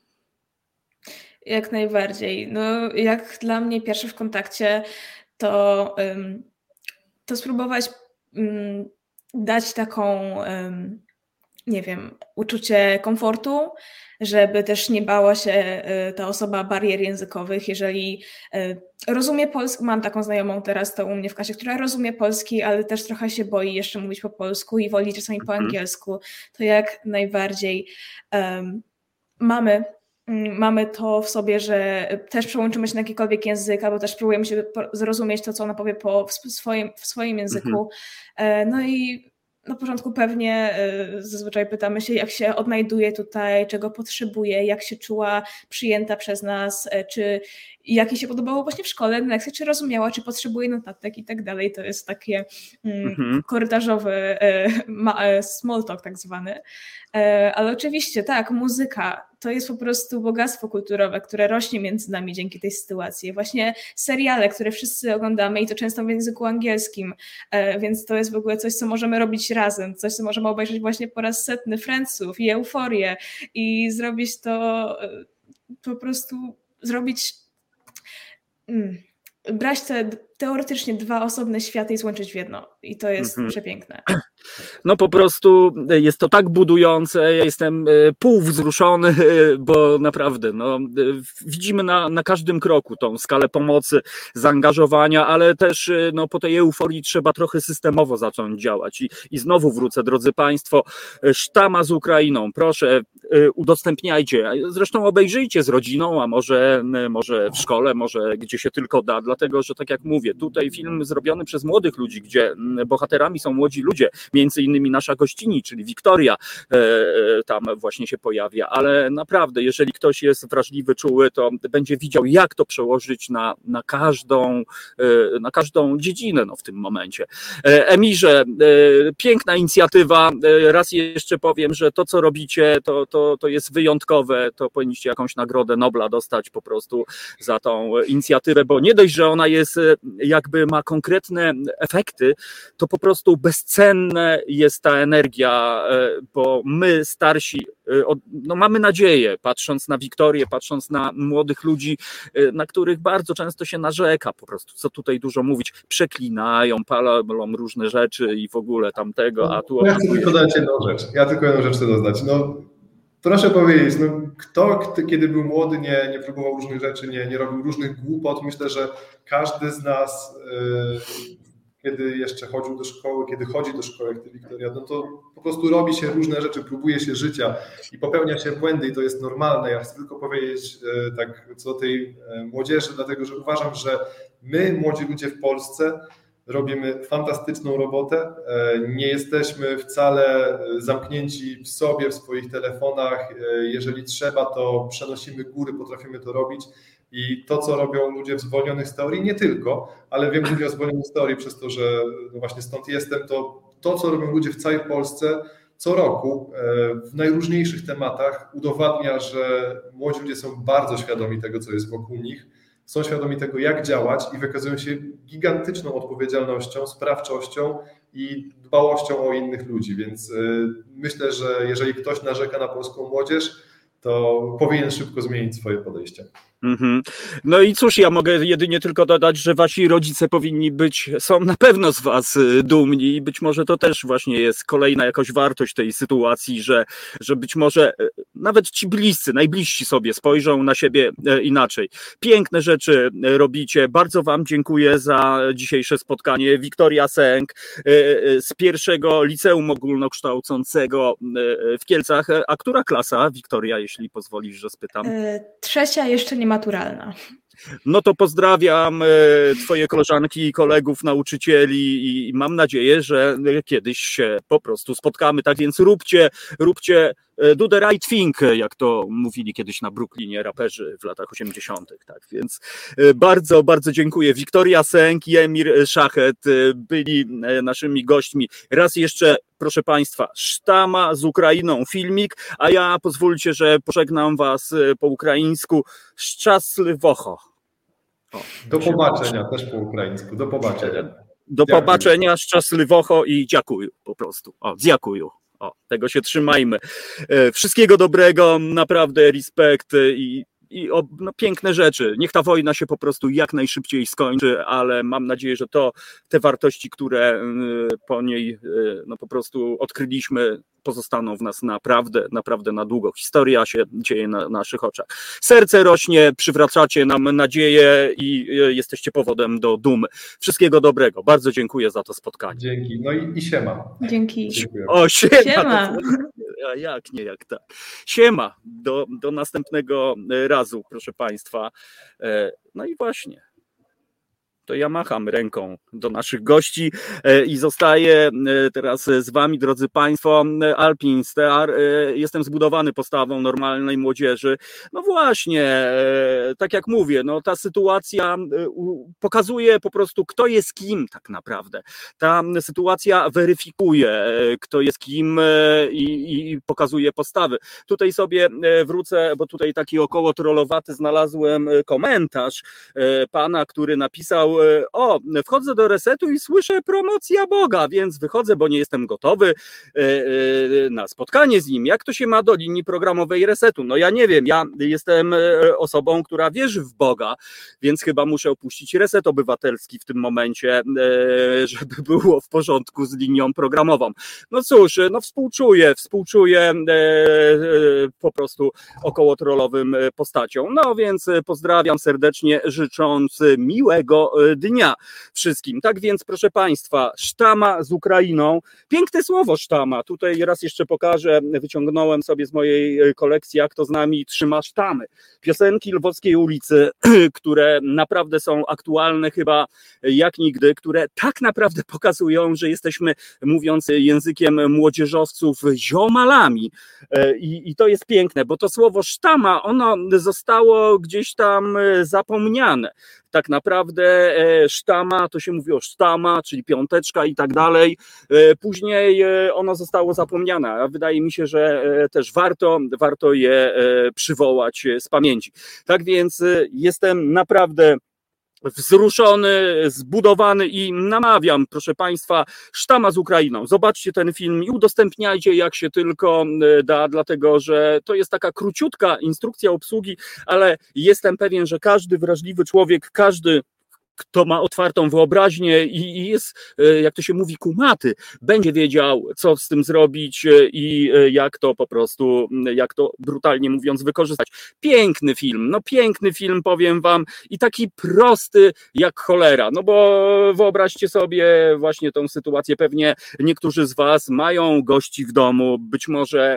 Jak najbardziej. No jak dla mnie pierwszy w kontakcie to, to spróbować dać taką, nie wiem, uczucie komfortu, żeby też nie bała się ta osoba barier językowych, jeżeli rozumie polski, mam taką znajomą teraz, to u mnie w klasie, która rozumie polski, ale też trochę się boi jeszcze mówić po polsku i woli czasami po angielsku, to jak najbardziej um, mamy Mamy to w sobie, że też przełączymy się na jakikolwiek język, albo też próbujemy się zrozumieć to, co ona powie po, w, swoim, w swoim języku. Mhm. No i na początku pewnie zazwyczaj pytamy się, jak się odnajduje tutaj, czego potrzebuje, jak się czuła przyjęta przez nas, czy jak jej się podobało właśnie w szkole, na lekcjach, czy rozumiała, czy potrzebuje notatek i tak dalej. To jest takie mhm. korytarzowy small talk tak zwany. Ale oczywiście tak, muzyka to jest po prostu bogactwo kulturowe, które rośnie między nami dzięki tej sytuacji. Właśnie seriale, które wszyscy oglądamy i to często w języku angielskim, więc to jest w ogóle coś, co możemy robić razem, coś, co możemy obejrzeć właśnie po raz setny, Friendsów i Euforię i zrobić to po prostu, zrobić, brać te, teoretycznie dwa osobne światy i złączyć w jedno. I to jest mhm. przepiękne. No po prostu jest to tak budujące, ja jestem półwzruszony, bo naprawdę no, widzimy na, na każdym kroku tą skalę pomocy, zaangażowania, ale też no, po tej euforii trzeba trochę systemowo zacząć działać. I, i znowu wrócę, drodzy Państwo, Sztama z Ukrainą, proszę udostępniajcie, zresztą obejrzyjcie z rodziną, a może, może w szkole, może gdzie się tylko da, dlatego że tak jak mówię, tutaj film zrobiony przez młodych ludzi, gdzie bohaterami są młodzi ludzie, między innymi nasza gościni, czyli Wiktoria tam właśnie się pojawia, ale naprawdę, jeżeli ktoś jest wrażliwy, czuły, to będzie widział, jak to przełożyć na, na, każdą, na każdą dziedzinę no, w tym momencie. Emirze, piękna inicjatywa, raz jeszcze powiem, że to, co robicie, to, to, to jest wyjątkowe, to powinniście jakąś nagrodę Nobla dostać po prostu za tą inicjatywę, bo nie dość, że ona jest, jakby ma konkretne efekty, to po prostu bezcenne jest ta energia, bo my starsi no mamy nadzieję, patrząc na Wiktorię, patrząc na młodych ludzi, na których bardzo często się narzeka po prostu, co tutaj dużo mówić, przeklinają, palą różne rzeczy i w ogóle tamtego, a tu... Ja chcę tylko dodać jedną rzecz, ja tylko jedną rzecz chcę dodać, no proszę powiedzieć, no kto, kto kiedy był młody, nie, nie próbował różnych rzeczy, nie, nie robił różnych głupot, myślę, że każdy z nas... Yy, kiedy jeszcze chodził do szkoły, kiedy chodzi do szkoły, jak ty, Wiktoria, no to po prostu robi się różne rzeczy, próbuje się życia i popełnia się błędy i to jest normalne. Ja chcę tylko powiedzieć tak co do tej młodzieży, dlatego że uważam, że my, młodzi ludzie w Polsce, robimy fantastyczną robotę. Nie jesteśmy wcale zamknięci w sobie, w swoich telefonach. Jeżeli trzeba, to przenosimy góry, potrafimy to robić. I to, co robią ludzie w zwolnionych z teorii, nie tylko, ale wiem, mówię o zwolnionych z teorii przez to, że no właśnie stąd jestem, to to, co robią ludzie w całej Polsce co roku w najróżniejszych tematach udowadnia, że młodzi ludzie są bardzo świadomi tego, co jest wokół nich, są świadomi tego, jak działać i wykazują się gigantyczną odpowiedzialnością, sprawczością i dbałością o innych ludzi, więc myślę, że jeżeli ktoś narzeka na polską młodzież, to powinien szybko zmienić swoje podejście. Mm-hmm. No i cóż, ja mogę jedynie tylko dodać, że wasi rodzice powinni być, są na pewno z was dumni i być może to też właśnie jest kolejna jakaś wartość tej sytuacji, że, że być może nawet ci bliscy, najbliżsi sobie spojrzą na siebie inaczej. Piękne rzeczy robicie, bardzo wam dziękuję za dzisiejsze spotkanie. Wiktoria Sęk z pierwszego liceum ogólnokształcącego w Kielcach. A która klasa, Wiktoria, jeśli pozwolisz, że spytam? Trzecia, jeszcze nie maturalna. No to pozdrawiam twoje koleżanki i kolegów, nauczycieli i mam nadzieję, że kiedyś się po prostu spotkamy. Tak więc róbcie, róbcie do the right thing, jak to mówili kiedyś na Brooklynie raperzy w latach osiemdziesiątych. Tak więc bardzo, bardzo dziękuję. Wiktoria Sęk i Emir Szachet byli naszymi gośćmi. Raz jeszcze, proszę Państwa, Sztama z Ukrainą, filmik, a ja pozwólcie, że pożegnam Was po ukraińsku. Szczęsliwocho. O, do pobaczenia, też po ukraińsku. Do pobaczenia. Do dziękuję. Pobaczenia, szczęsliwocho i dziękuję po prostu. O, dziękuję. O, tego się trzymajmy. Wszystkiego dobrego, naprawdę respekt i, i o, no, piękne rzeczy. Niech ta wojna się po prostu jak najszybciej skończy, ale mam nadzieję, że to te wartości, które po niej no, po prostu odkryliśmy, pozostaną w nas naprawdę, naprawdę na długo. Historia się dzieje na naszych oczach. Serce rośnie, przywracacie nam nadzieję i jesteście powodem do dumy. Wszystkiego dobrego. Bardzo dziękuję za to spotkanie. Dzięki. No i, i siema. Dzięki. Dziękuję. O, siema. Siema. A jak nie, jak tak. Siema. Do, do następnego razu, proszę Państwa. No i właśnie. To ja macham ręką do naszych gości i zostaję teraz z wami, drodzy Państwo. Alpin Star, jestem zbudowany postawą normalnej młodzieży. No właśnie, tak jak mówię, no ta sytuacja pokazuje po prostu, kto jest kim tak naprawdę. Ta sytuacja weryfikuje, kto jest kim i, i pokazuje postawy. Tutaj sobie wrócę, bo tutaj taki około trollowaty znalazłem komentarz pana, który napisał: o, wchodzę do Resetu i słyszę promocja Boga, więc wychodzę, bo nie jestem gotowy na spotkanie z nim. Jak to się ma do linii programowej Resetu? No ja nie wiem, ja jestem osobą, która wierzy w Boga, więc chyba muszę opuścić Reset Obywatelski w tym momencie, żeby było w porządku z linią programową. No cóż, no współczuję, współczuję po prostu około trollowym postacią. No więc pozdrawiam serdecznie, życząc miłego dnia wszystkim. Tak więc, proszę Państwa, sztama z Ukrainą. Piękne słowo sztama. Tutaj raz jeszcze pokażę, wyciągnąłem sobie z mojej kolekcji Jak to z nami trzyma sztamy. Piosenki Lwowskiej ulicy, które naprawdę są aktualne chyba jak nigdy, które tak naprawdę pokazują, że jesteśmy, mówiąc językiem młodzieżowców, ziomalami. I, i to jest piękne, bo to słowo sztama, ono zostało gdzieś tam zapomniane. Tak naprawdę sztama, to się mówi o sztama, czyli piąteczka i tak dalej. Później ono zostało zapomniane, a wydaje mi się, że też warto, warto je przywołać z pamięci. Tak więc jestem naprawdę wzruszony, zbudowany i namawiam, proszę Państwa, sztama z Ukrainą. Zobaczcie ten film i udostępniajcie jak się tylko da, dlatego że to jest taka króciutka instrukcja obsługi, ale jestem pewien, że każdy wrażliwy człowiek, każdy, kto ma otwartą wyobraźnię i jest, jak to się mówi, kumaty, będzie wiedział, co z tym zrobić i jak to po prostu, jak to brutalnie mówiąc wykorzystać. Piękny film, no piękny film, powiem wam, i taki prosty jak cholera, no bo wyobraźcie sobie właśnie tą sytuację, pewnie niektórzy z was mają gości w domu, być może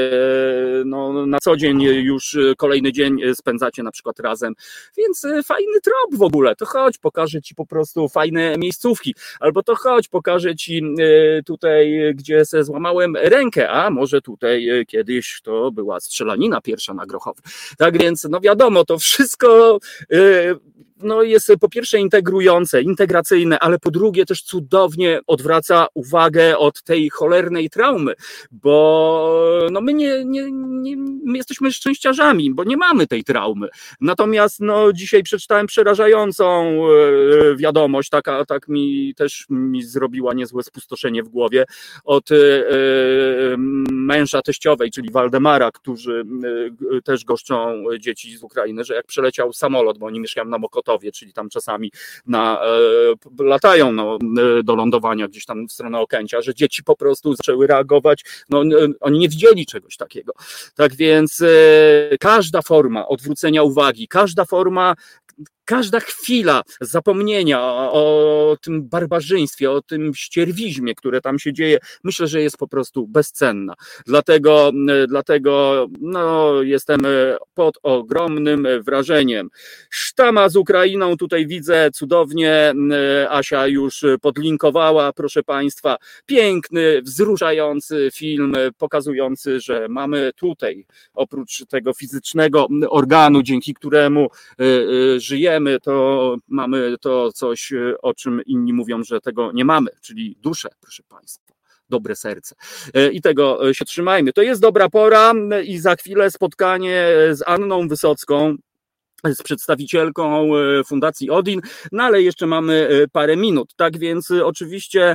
no, na co dzień już kolejny dzień spędzacie na przykład razem, więc fajny trop w ogóle, to chodź, pokażę ci po prostu fajne miejscówki, albo to chodź, pokażę ci tutaj, gdzie se złamałem rękę, a może tutaj kiedyś to była strzelanina pierwsza na Grochowie. Tak więc, no wiadomo, to wszystko no jest po pierwsze integrujące, integracyjne, ale po drugie też cudownie odwraca uwagę od tej cholernej traumy, bo no my nie, nie, nie my jesteśmy szczęściarzami, bo nie mamy tej traumy. Natomiast no dzisiaj przeczytałem przerażającą wiadomość, taka tak mi też mi zrobiła niezłe spustoszenie w głowie od męża teściowej, czyli Waldemara, którzy też goszczą dzieci z Ukrainy, że jak przeleciał samolot, bo oni mieszkają na Mokotowie, czyli tam czasami na, e, latają no, do lądowania gdzieś tam w stronę Okęcia, że dzieci po prostu zaczęły reagować, no oni nie widzieli czegoś takiego. Tak więc e, każda forma odwrócenia uwagi, każda forma Każda chwila zapomnienia o, o tym barbarzyństwie, o tym ścierwizmie, które tam się dzieje, myślę, że jest po prostu bezcenna. Dlatego, dlatego no, jestem pod ogromnym wrażeniem. Sztama z Ukrainą, tutaj widzę cudownie, Asia już podlinkowała, proszę Państwa, piękny, wzruszający film pokazujący, że mamy tutaj, oprócz tego fizycznego organu, dzięki któremu żyjemy, to mamy to coś, o czym inni mówią, że tego nie mamy, czyli duszę, proszę Państwa, dobre serce. I tego się trzymajmy. To jest dobra pora i za chwilę spotkanie z Anną Wysocką, z przedstawicielką Fundacji Odin, no ale jeszcze mamy parę minut, tak więc oczywiście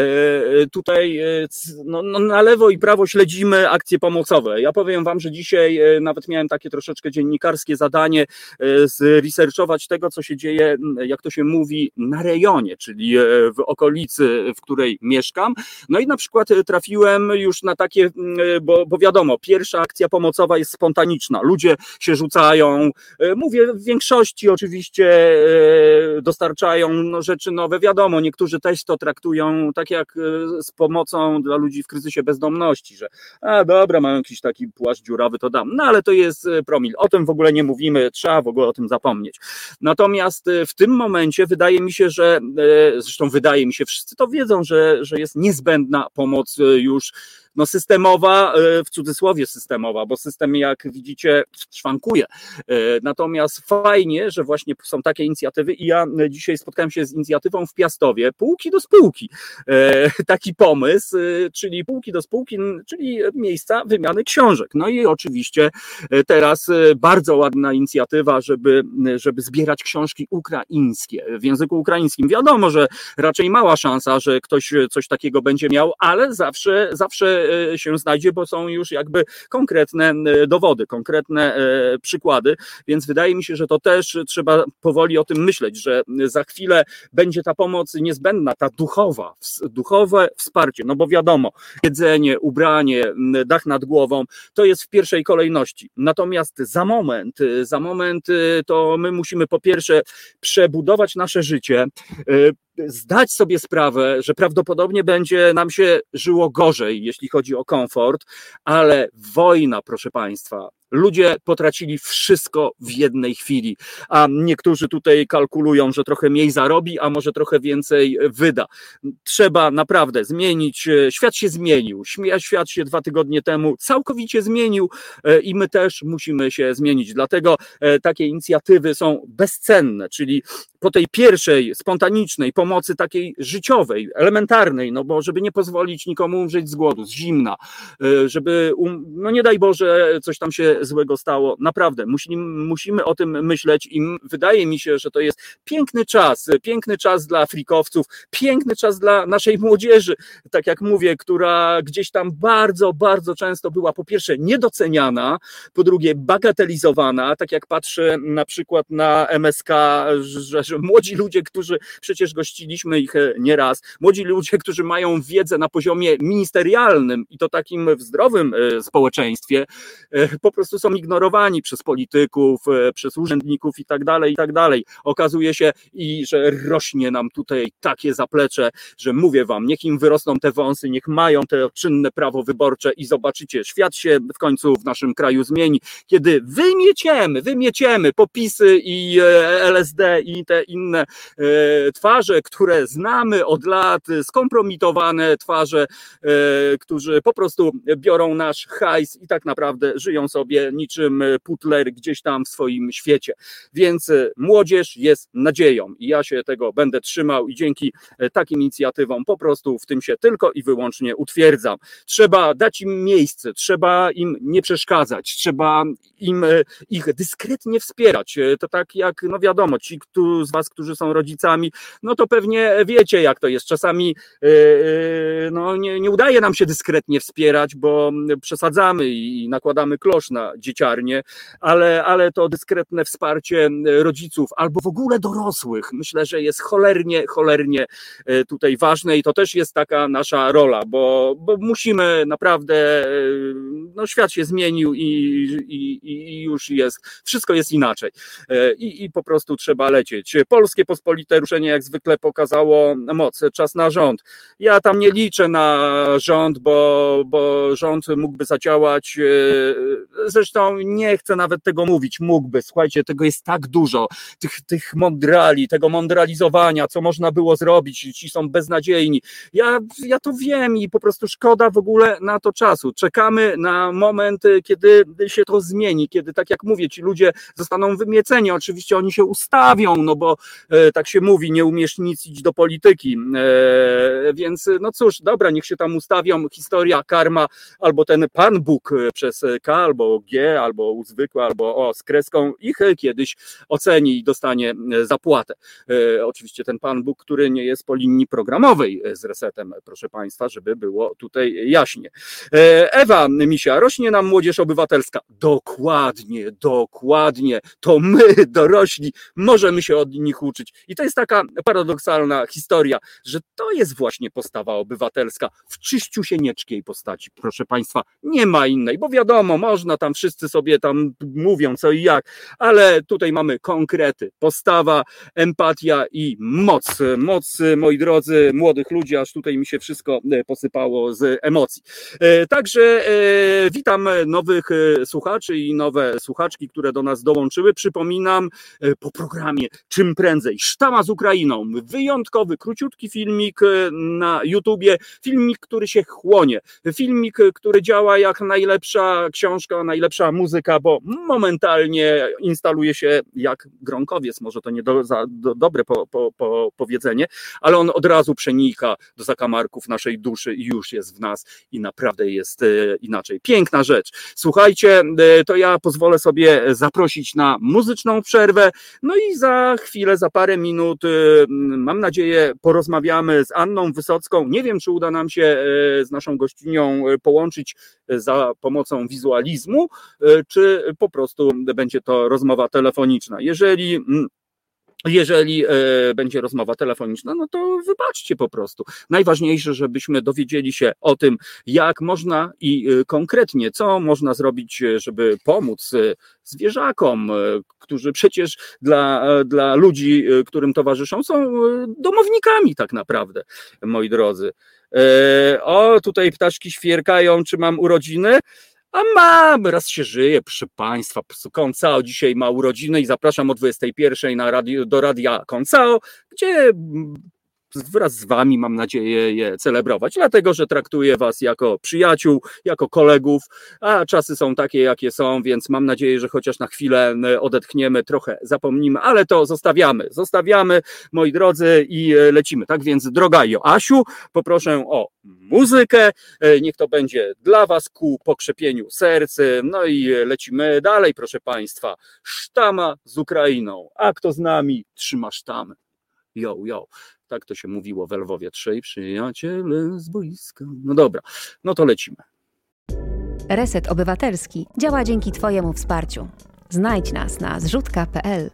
tutaj no, no, na lewo i prawo śledzimy akcje pomocowe. Ja powiem wam, że dzisiaj nawet miałem takie troszeczkę dziennikarskie zadanie zresearchować tego, co się dzieje, jak to się mówi, na rejonie, czyli w okolicy, w której mieszkam. No i na przykład trafiłem już na takie, bo, bo wiadomo, pierwsza akcja pomocowa jest spontaniczna, ludzie się rzucają, mówię, w większości oczywiście dostarczają no, rzeczy nowe. Wiadomo, niektórzy też to traktują tak jak z pomocą dla ludzi w kryzysie bezdomności, że a dobra, mam jakiś taki płaszcz dziurawy, to dam. No ale to jest promil. O tym w ogóle nie mówimy, trzeba w ogóle o tym zapomnieć. Natomiast w tym momencie wydaje mi się, że zresztą wydaje mi się, wszyscy to wiedzą, że, że jest niezbędna pomoc już no systemowa, w cudzysłowie systemowa, bo system, jak widzicie, szwankuje. Natomiast fajnie, że właśnie są takie inicjatywy i ja dzisiaj spotkałem się z inicjatywą w Piastowie, półki do spółki. Taki pomysł, czyli półki do spółki, czyli miejsca wymiany książek. No i oczywiście teraz bardzo ładna inicjatywa, żeby, żeby zbierać książki ukraińskie w języku ukraińskim. Wiadomo, że raczej mała szansa, że ktoś coś takiego będzie miał, ale zawsze, zawsze się znajdzie, bo są już jakby konkretne dowody, konkretne przykłady, więc wydaje mi się, że to też trzeba powoli o tym myśleć, że za chwilę będzie ta pomoc niezbędna, ta duchowa, duchowe wsparcie, no bo wiadomo, jedzenie, ubranie, dach nad głową, to jest w pierwszej kolejności. Natomiast za moment, za moment to my musimy po pierwsze przebudować nasze życie, zdać sobie sprawę, że prawdopodobnie będzie nam się żyło gorzej, jeśli chodzi o komfort, ale wojna, proszę Państwa, ludzie potracili wszystko w jednej chwili, a niektórzy tutaj kalkulują, że trochę mniej zarobi, a może trochę więcej wyda. Trzeba naprawdę zmienić, świat się zmienił, świat się dwa tygodnie temu całkowicie zmienił i my też musimy się zmienić, dlatego takie inicjatywy są bezcenne, czyli po tej pierwszej, spontanicznej pomocy takiej życiowej, elementarnej, no bo żeby nie pozwolić nikomu umrzeć z głodu, z zimna, żeby, um, no nie daj Boże, coś tam się złego stało. Naprawdę, musimy, musimy o tym myśleć i wydaje mi się, że to jest piękny czas, piękny czas dla frikowców, piękny czas dla naszej młodzieży, tak jak mówię, która gdzieś tam bardzo, bardzo często była po pierwsze niedoceniana, po drugie bagatelizowana, tak jak patrzę na przykład na M S K, że, że młodzi ludzie, którzy przecież gościliśmy ich nieraz, młodzi ludzie, którzy mają wiedzę na poziomie ministerialnym i to takim w zdrowym społeczeństwie, po prostu są ignorowani przez polityków, przez urzędników i tak dalej, i tak dalej. Okazuje się, i że rośnie nam tutaj takie zaplecze, że mówię wam, niech im wyrosną te wąsy, niech mają te czynne prawo wyborcze i zobaczycie, świat się w końcu w naszym kraju zmieni, kiedy wymieciemy, wymieciemy popisy i L S D i te inne twarze, które znamy od lat, skompromitowane twarze, którzy po prostu biorą nasz hajs i tak naprawdę żyją sobie niczym putler gdzieś tam w swoim świecie. Więc młodzież jest nadzieją i ja się tego będę trzymał i dzięki takim inicjatywom po prostu w tym się tylko i wyłącznie utwierdzam. Trzeba dać im miejsce, trzeba im nie przeszkadzać, trzeba im ich dyskretnie wspierać. To tak jak, no wiadomo, ci z was, którzy są rodzicami, no to pewnie wiecie, jak to jest. Czasami no, nie, nie udaje nam się dyskretnie wspierać, bo przesadzamy i nakładamy klosz na dzieciarnię, ale, ale to dyskretne wsparcie rodziców albo w ogóle dorosłych, myślę, że jest cholernie, cholernie tutaj ważne i to też jest taka nasza rola, bo, bo musimy naprawdę, no świat się zmienił i, i, i już jest, wszystko jest inaczej i, i po prostu trzeba lecieć. Polskie pospolite ruszenie jak zwykle pokazało moc, czas na rząd. Ja tam nie liczę na rząd, bo, bo rząd mógłby zadziałać, zresztą nie chcę nawet tego mówić, mógłby, słuchajcie, tego jest tak dużo, tych, tych mądrali, tego mądralizowania, co można było zrobić, ci są beznadziejni. Ja, ja to wiem i po prostu szkoda w ogóle na to czasu. Czekamy na moment, kiedy się to zmieni, kiedy, tak jak mówię, ci ludzie zostaną wymieceni, oczywiście oni się ustawią, no bo e, tak się mówi, nie umiesz nic, idź do polityki, e, więc no cóż, dobra, niech się tam ustawią, historia, karma, albo ten Pan Bóg przez K, albo G, albo zwykłe, albo o, z kreską, ich kiedyś oceni i dostanie zapłatę. E, oczywiście ten Pan Bóg, który nie jest po linii programowej z Resetem, proszę Państwa, żeby było tutaj jaśnie. E, Ewa Misia, rośnie nam młodzież obywatelska. Dokładnie, dokładnie. To my, dorośli, możemy się od nich uczyć. I to jest taka paradoksalna historia, że to jest właśnie postawa obywatelska w czyściusieńkiej postaci, proszę Państwa. Nie ma innej, bo wiadomo, można tam tam wszyscy sobie tam mówią co i jak, ale tutaj mamy konkrety, postawa, empatia i moc. Moc, moi drodzy, młodych ludzi, aż tutaj mi się wszystko posypało z emocji. Także witam nowych słuchaczy i nowe słuchaczki, które do nas dołączyły. Przypominam, po programie czym prędzej Sztama z Ukrainą, wyjątkowy, króciutki filmik na YouTubie, filmik, który się chłonie, filmik, który działa jak najlepsza książka, najlepsza muzyka, bo momentalnie instaluje się jak gronkowiec, może to nie do, za, do, dobre po, po, po, powiedzenie, ale on od razu przenika do zakamarków naszej duszy i już jest w nas i naprawdę jest e, inaczej. Piękna rzecz. Słuchajcie, e, to ja pozwolę sobie zaprosić na muzyczną przerwę, no i za chwilę, za parę minut, e, mam nadzieję, porozmawiamy z Anną Wysocką. Nie wiem, czy uda nam się e, z naszą gościnią połączyć za pomocą wizualizmu, e, czy po prostu będzie to rozmowa telefoniczna. Jeżeli Jeżeli będzie rozmowa telefoniczna, no to wybaczcie po prostu. Najważniejsze, żebyśmy dowiedzieli się o tym, jak można i konkretnie, co można zrobić, żeby pomóc zwierzakom, którzy przecież dla, dla ludzi, którym towarzyszą, są domownikami tak naprawdę, moi drodzy. O, tutaj ptaszki świerkają, czy mam urodziny? A mam, raz się żyje, proszę Państwa, Koncao dzisiaj ma urodziny i zapraszam o dwudziestej pierwszej na radio, do radia Koncao, gdzie wraz z Wami mam nadzieję je celebrować, dlatego że traktuję Was jako przyjaciół, jako kolegów, a czasy są takie jakie są, więc mam nadzieję, że chociaż na chwilę odetchniemy, trochę zapomnimy, ale to zostawiamy, zostawiamy, moi drodzy, i lecimy. Tak więc, droga Joasiu, poproszę o muzykę, niech to będzie dla Was ku pokrzepieniu serc, no i lecimy dalej, proszę Państwa. Sztama z Ukrainą, a kto z nami trzyma sztamę. Jo, jo. Tak to się mówiło w Lwowie. Trzej przyjaciele z boiska. No dobra, no to lecimy. Reset Obywatelski działa dzięki Twojemu wsparciu. Znajdź nas na zrzutka kropka pe el.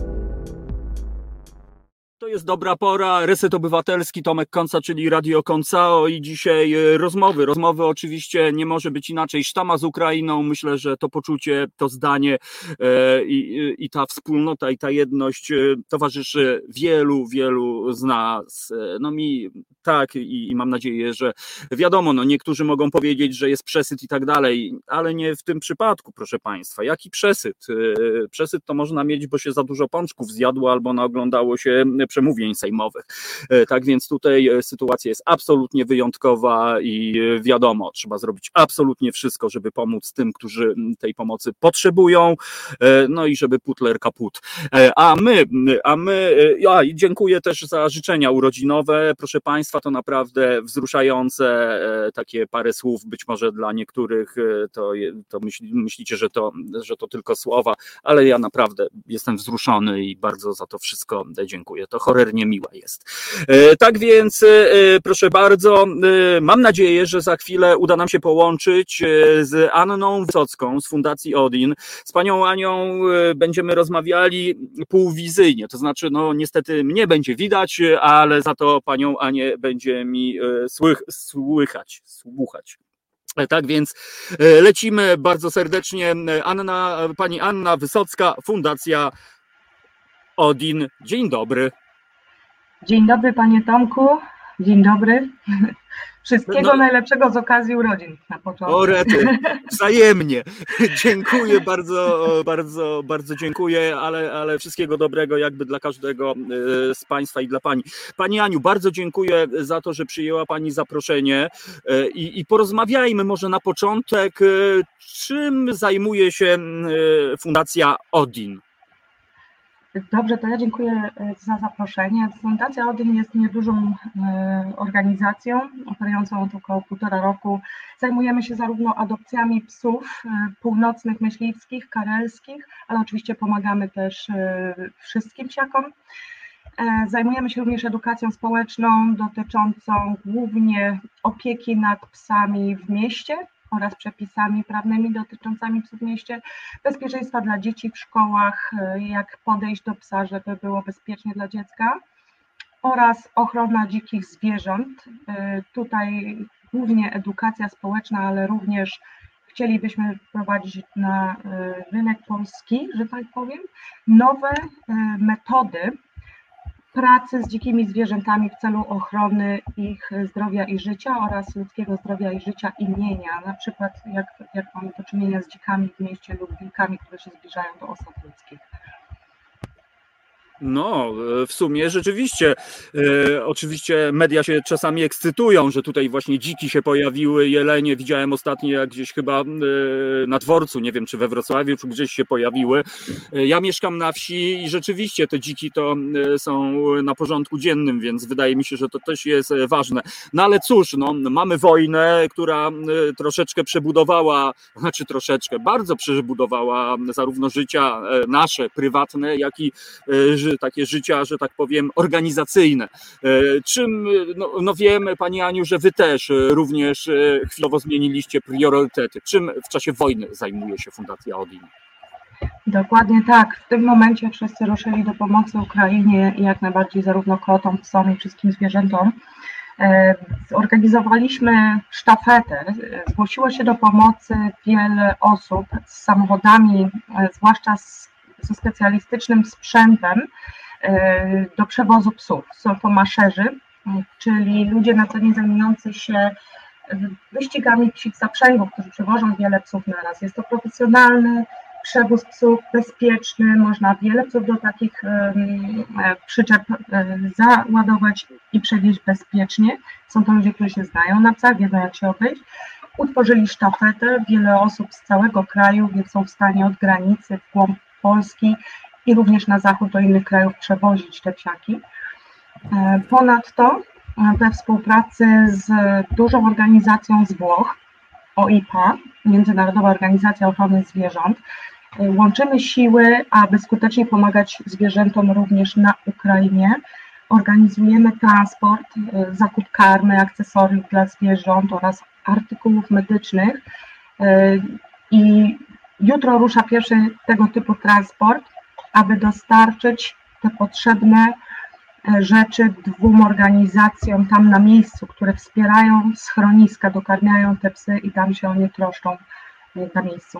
To jest dobra pora, Reset Obywatelski, Tomek Konca, czyli Radio Koncao i dzisiaj rozmowy. Rozmowy oczywiście nie może być inaczej. Sztama z Ukrainą, myślę, że to poczucie, to zdanie e, i, i ta wspólnota i ta jedność towarzyszy wielu, wielu z nas. No mi tak i, i mam nadzieję, że wiadomo, no niektórzy mogą powiedzieć, że jest przesyt i tak dalej, ale nie w tym przypadku, proszę Państwa. Jaki przesyt? E, przesyt to można mieć, bo się za dużo pączków zjadło albo naoglądało się przemówień sejmowych. Tak więc tutaj sytuacja jest absolutnie wyjątkowa i wiadomo, trzeba zrobić absolutnie wszystko, żeby pomóc tym, którzy tej pomocy potrzebują, no i żeby putler kaput. A my, a my, ja dziękuję też za życzenia urodzinowe, proszę Państwa, to naprawdę wzruszające, takie parę słów, być może dla niektórych to, to myśli, myślicie, że to, że to tylko słowa, ale ja naprawdę jestem wzruszony i bardzo za to wszystko dziękuję. To cholernie miła jest. Tak więc proszę bardzo, mam nadzieję, że za chwilę uda nam się połączyć z Anną Wysocką z Fundacji Odin. Z panią Anią będziemy rozmawiali półwizyjnie, to znaczy no niestety mnie będzie widać, ale za to panią Anię będzie mi słych, słychać, słuchać. Tak więc lecimy bardzo serdecznie. Anna, pani Anna Wysocka, Fundacja Odin. Dzień dobry. Dzień dobry panie Tomku, dzień dobry. Wszystkiego no, najlepszego z okazji urodzin na początku. O rety, wzajemnie. Dziękuję bardzo, bardzo, bardzo dziękuję, ale, ale wszystkiego dobrego jakby dla każdego z Państwa i dla Pani. Pani Aniu, bardzo dziękuję za to, że przyjęła Pani zaproszenie i, i porozmawiajmy może na początek, czym zajmuje się Fundacja Odin. Dobrze, to ja dziękuję za zaproszenie. Fundacja Odin jest niedużą organizacją, operującą od około półtora roku. Zajmujemy się zarówno adopcjami psów północnych, myśliwskich, karelskich, ale oczywiście pomagamy też wszystkim psiakom. Zajmujemy się również edukacją społeczną dotyczącą głównie opieki nad psami w mieście oraz przepisami prawnymi dotyczącymi psów w mieście, bezpieczeństwa dla dzieci w szkołach, jak podejść do psa, żeby było bezpiecznie dla dziecka, oraz ochrona dzikich zwierząt. Tutaj głównie edukacja społeczna, ale również chcielibyśmy wprowadzić na rynek polski, że tak powiem, nowe metody pracy z dzikimi zwierzętami w celu ochrony ich zdrowia i życia oraz ludzkiego zdrowia i życia i mienia. Na przykład jak, jak mamy do czynienia z dzikami w mieście lub wilkami, które się zbliżają do osad ludzkich. No, w sumie rzeczywiście, e, oczywiście media się czasami ekscytują, że tutaj właśnie dziki się pojawiły, jelenie, widziałem ostatnio jak gdzieś chyba e, na dworcu, nie wiem czy we Wrocławiu, czy gdzieś się pojawiły. E, ja mieszkam na wsi i rzeczywiście te dziki to e, są na porządku dziennym, więc wydaje mi się, że to też jest ważne. No ale cóż, no, mamy wojnę, która e, troszeczkę przebudowała, znaczy troszeczkę, bardzo przebudowała zarówno życia e, nasze, prywatne, jak i e, takie życia, że tak powiem, organizacyjne. Czym, no, no wiem, Pani Aniu, że Wy też również chwilowo zmieniliście priorytety. Czym w czasie wojny zajmuje się Fundacja Odin? Dokładnie tak. W tym momencie wszyscy ruszyli do pomocy Ukrainie i jak najbardziej zarówno kotom, psom i wszystkim zwierzętom. Zorganizowaliśmy sztafetę. Zgłosiło się do pomocy wiele osób z samochodami, zwłaszcza z ze specjalistycznym sprzętem do przewozu psów. Są to maszerzy, czyli ludzie na co dzień zajmujący się wyścigami psich zaprzęgów, którzy przewożą wiele psów na raz. Jest to profesjonalny przewóz psów, bezpieczny, można wiele psów do takich przyczep załadować i przewieźć bezpiecznie. Są to ludzie, którzy się znają na psach, wiedzą jak się obejść. Utworzyli sztafetę, wiele osób z całego kraju, więc są w stanie od granicy w głąb Polski i również na zachód do innych krajów przewozić te psiaki. Ponadto we współpracy z dużą organizacją z Włoch, O I P A, Międzynarodowa Organizacja Ochrony Zwierząt, łączymy siły, aby skutecznie pomagać zwierzętom również na Ukrainie. Organizujemy transport, zakup karmy, akcesoriów dla zwierząt oraz artykułów medycznych i jutro rusza pierwszy tego typu transport, aby dostarczyć te potrzebne rzeczy dwóm organizacjom tam na miejscu, które wspierają schroniska, dokarmiają te psy i tam się o nie troszczą na miejscu.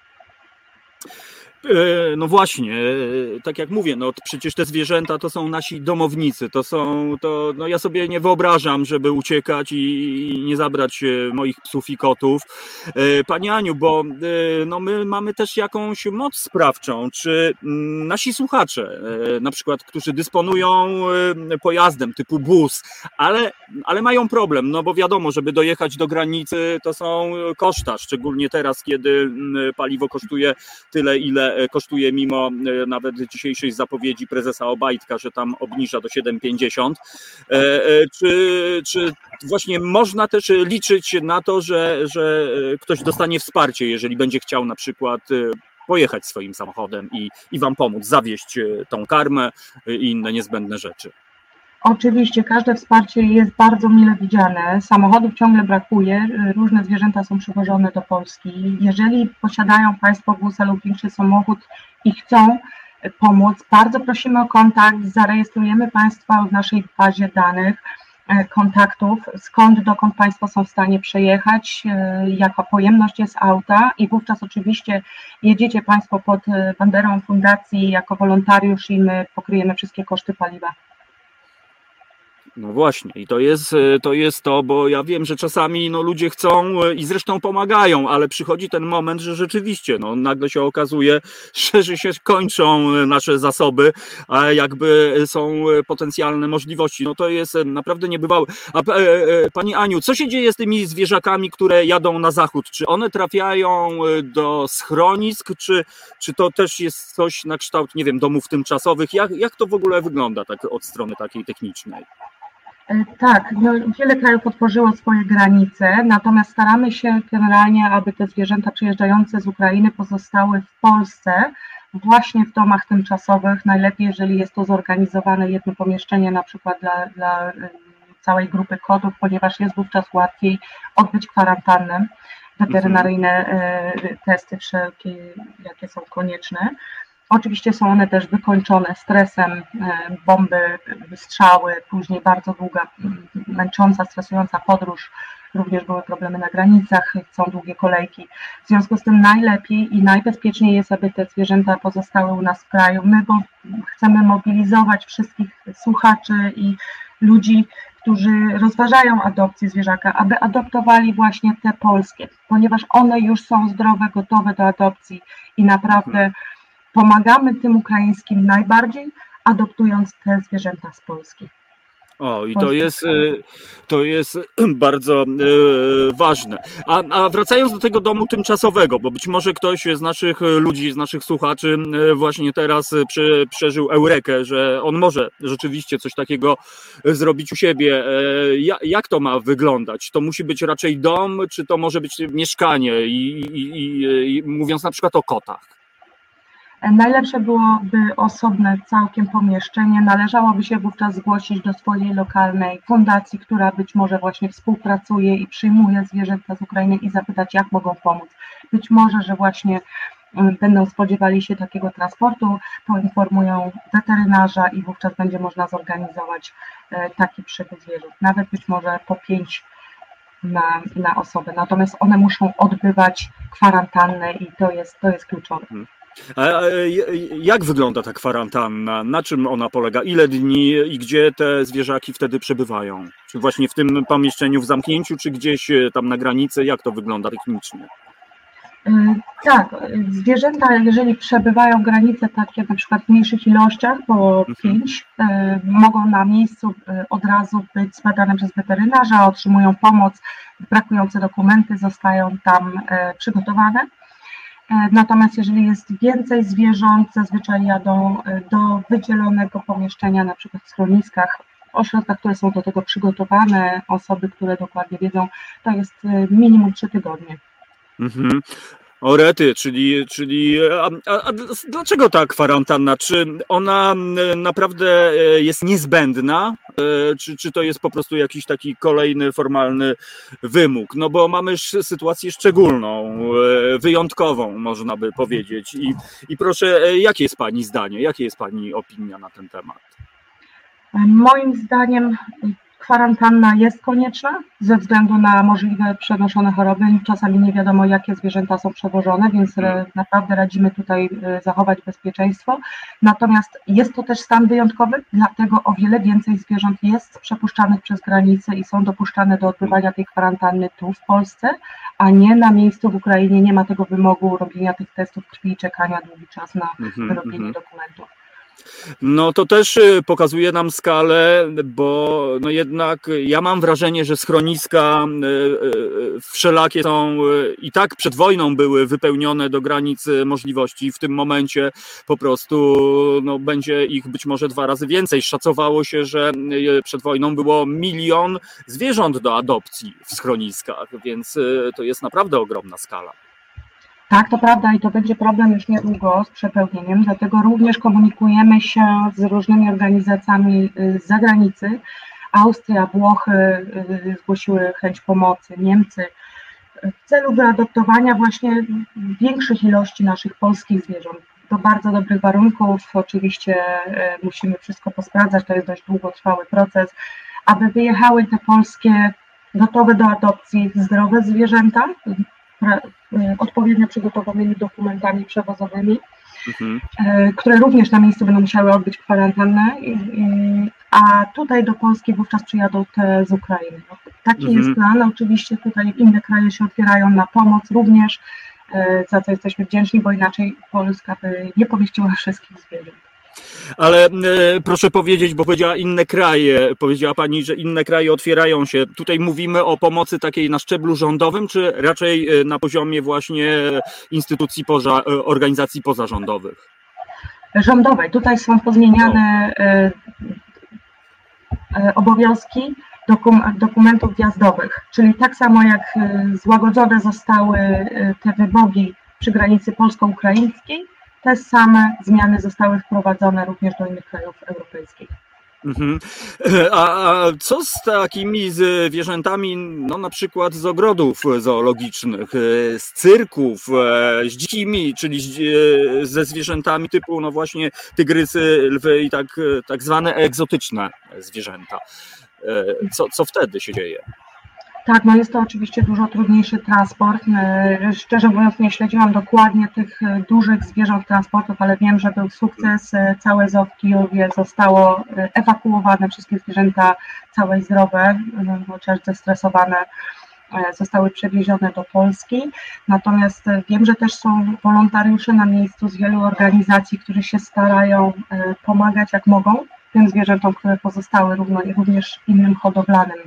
No właśnie, tak jak mówię, no przecież te zwierzęta to są nasi domownicy, to są, to, no ja sobie nie wyobrażam, żeby uciekać i, i nie zabrać moich psów i kotów. Pani Aniu, bo no my mamy też jakąś moc sprawczą, czy nasi słuchacze, na przykład, którzy dysponują pojazdem typu bus, ale, ale mają problem, no bo wiadomo, żeby dojechać do granicy to są koszta, szczególnie teraz, kiedy paliwo kosztuje tyle, ile kosztuje mimo nawet dzisiejszej zapowiedzi prezesa Obajtka, że tam obniża do siedem pięćdziesiąt. Czy, czy właśnie można też liczyć na to, że, że ktoś dostanie wsparcie, jeżeli będzie chciał na przykład pojechać swoim samochodem i, i Wam pomóc, zawieźć tą karmę i inne niezbędne rzeczy? Oczywiście, każde wsparcie jest bardzo mile widziane. Samochodów ciągle brakuje, różne zwierzęta są przywożone do Polski. Jeżeli posiadają Państwo busa lub większy samochód i chcą pomóc, bardzo prosimy o kontakt, zarejestrujemy Państwa w naszej bazie danych kontaktów, skąd, dokąd Państwo są w stanie przejechać, jaka pojemność jest auta i wówczas oczywiście jedziecie Państwo pod banderą fundacji jako wolontariusz i my pokryjemy wszystkie koszty paliwa. No właśnie, i to jest, to jest to, bo ja wiem, że czasami no, ludzie chcą i zresztą pomagają, ale przychodzi ten moment, że rzeczywiście no, nagle się okazuje, że, że się kończą nasze zasoby, a jakby są potencjalne możliwości. No to jest naprawdę niebywałe. A e, e, Pani Aniu, co się dzieje z tymi zwierzakami, które jadą na zachód? Czy one trafiają do schronisk, czy, czy to też jest coś na kształt, nie wiem, domów tymczasowych? Jak, jak to w ogóle wygląda tak od strony takiej technicznej? Tak, no, wiele krajów otworzyło swoje granice, natomiast staramy się generalnie, aby te zwierzęta przyjeżdżające z Ukrainy pozostały w Polsce, właśnie w domach tymczasowych. Najlepiej, jeżeli jest to zorganizowane jedno pomieszczenie, na przykład dla, dla całej grupy kotów, ponieważ jest wówczas łatwiej odbyć kwarantannę, weterynaryjne mhm. testy wszelkie, jakie są konieczne. Oczywiście są one też wykończone stresem, bomby, strzały, później bardzo długa, męcząca, stresująca podróż również były problemy na granicach, są długie kolejki. W związku z tym najlepiej i najbezpieczniej jest, aby te zwierzęta pozostały u nas w kraju. My bo chcemy mobilizować wszystkich słuchaczy i ludzi, którzy rozważają adopcję zwierzaka, aby adoptowali właśnie te polskie, ponieważ one już są zdrowe, gotowe do adopcji i naprawdę pomagamy tym ukraińskim najbardziej, adoptując te zwierzęta z Polski. O, i to jest, to jest bardzo ważne. A, a wracając do tego domu tymczasowego, bo być może ktoś z naszych ludzi, z naszych słuchaczy właśnie teraz prze, przeżył eurekę, że on może rzeczywiście coś takiego zrobić u siebie. Jak to ma wyglądać? To musi być raczej dom, czy to może być mieszkanie? I, i, i, i mówiąc na przykład o kotach. Najlepsze byłoby osobne całkiem pomieszczenie. Należałoby się wówczas zgłosić do swojej lokalnej fundacji, która być może właśnie współpracuje i przyjmuje zwierzęta z Ukrainy i zapytać, jak mogą pomóc. Być może, że właśnie będą spodziewali się takiego transportu, poinformują weterynarza i wówczas będzie można zorganizować taki przewóz zwierząt. Nawet być może po pięć na, na osobę. Natomiast one muszą odbywać kwarantannę i to jest, to jest kluczowe. A jak wygląda ta kwarantanna? Na czym ona polega? Ile dni i gdzie te zwierzaki wtedy przebywają? Czy właśnie w tym pomieszczeniu w zamknięciu, czy gdzieś tam na granicy? Jak to wygląda technicznie? Tak, zwierzęta, jeżeli przebywają granice takie na przykład w mniejszych ilościach, po pięć, mhm. mogą na miejscu od razu być zbadane przez weterynarza, otrzymują pomoc, brakujące dokumenty zostają tam przygotowane. Natomiast jeżeli jest więcej zwierząt, zazwyczaj jadą do wydzielonego pomieszczenia, na przykład w schroniskach, ośrodkach, które są do tego przygotowane, osoby, które dokładnie wiedzą, to jest minimum trzy tygodnie. Mhm. O rety, czyli, czyli a, a, a dlaczego ta kwarantanna? Czy ona naprawdę jest niezbędna, czy, czy to jest po prostu jakiś taki kolejny formalny wymóg? No bo mamy sytuację szczególną, wyjątkową, można by powiedzieć. I, i proszę, jakie jest Pani zdanie, jakie jest Pani opinia na ten temat? Moim zdaniem kwarantanna jest konieczna ze względu na możliwe przenoszone choroby. Czasami nie wiadomo, jakie zwierzęta są przewożone, więc naprawdę radzimy tutaj zachować bezpieczeństwo. Natomiast jest to też stan wyjątkowy, dlatego o wiele więcej zwierząt jest przepuszczanych przez granicę i są dopuszczane do odbywania tej kwarantanny tu w Polsce, a nie na miejscu w Ukrainie. Nie ma tego wymogu robienia tych testów krwi i czekania długi czas na wyrobienie dokumentów. No to też pokazuje nam skalę, bo no jednak ja mam wrażenie, że schroniska wszelakie są i tak przed wojną były wypełnione do granic możliwości. W tym momencie po prostu no, będzie ich być może dwa razy więcej. Szacowało się, że przed wojną było milion zwierząt do adopcji w schroniskach, więc to jest naprawdę ogromna skala. Tak, to prawda i to będzie problem już niedługo z przepełnieniem, dlatego również komunikujemy się z różnymi organizacjami z zagranicy. Austria, Włochy zgłosiły chęć pomocy, Niemcy w celu wyadoptowania właśnie większych ilości naszych polskich zwierząt do bardzo dobrych warunków. Oczywiście musimy wszystko posprawdzać, to jest dość długotrwały proces, aby wyjechały te polskie gotowe do adopcji zdrowe zwierzęta, odpowiednio przygotowanymi dokumentami przewozowymi, mhm. które również na miejscu będą musiały odbyć kwarantannę, a tutaj do Polski wówczas przyjadą te z Ukrainy. Taki mhm. jest plan. Oczywiście tutaj inne kraje się otwierają na pomoc również, za co jesteśmy wdzięczni, bo inaczej Polska by nie pomieściła wszystkich zwierząt. Ale e, proszę powiedzieć, bo powiedziała inne kraje, powiedziała Pani, że inne kraje otwierają się. Tutaj mówimy o pomocy takiej na szczeblu rządowym, czy raczej na poziomie właśnie instytucji, poza, organizacji pozarządowych? Rządowej. Tutaj są pozmieniane e, e, obowiązki dokum, dokumentów wjazdowych, czyli tak samo jak złagodzone zostały te wymogi przy granicy polsko-ukraińskiej, te same zmiany zostały wprowadzone również do innych krajów europejskich. Mhm. A, a co z takimi zwierzętami, no na przykład z ogrodów zoologicznych, z cyrków, z dzikimi, czyli ze zwierzętami typu no właśnie tygrysy, lwy i tak, tak zwane egzotyczne zwierzęta? Co, co wtedy się dzieje? Tak, no jest to oczywiście dużo trudniejszy transport. Szczerze mówiąc, nie śledziłam dokładnie tych dużych zwierząt transportów, ale wiem, że był sukces. Całe zoo w Kijowie zostało ewakuowane, wszystkie zwierzęta całe i zdrowe, chociaż zestresowane, zostały przewiezione do Polski. Natomiast wiem, że też są wolontariusze na miejscu z wielu organizacji, którzy się starają pomagać jak mogą tym zwierzętom, które pozostały, również innym hodowlanym.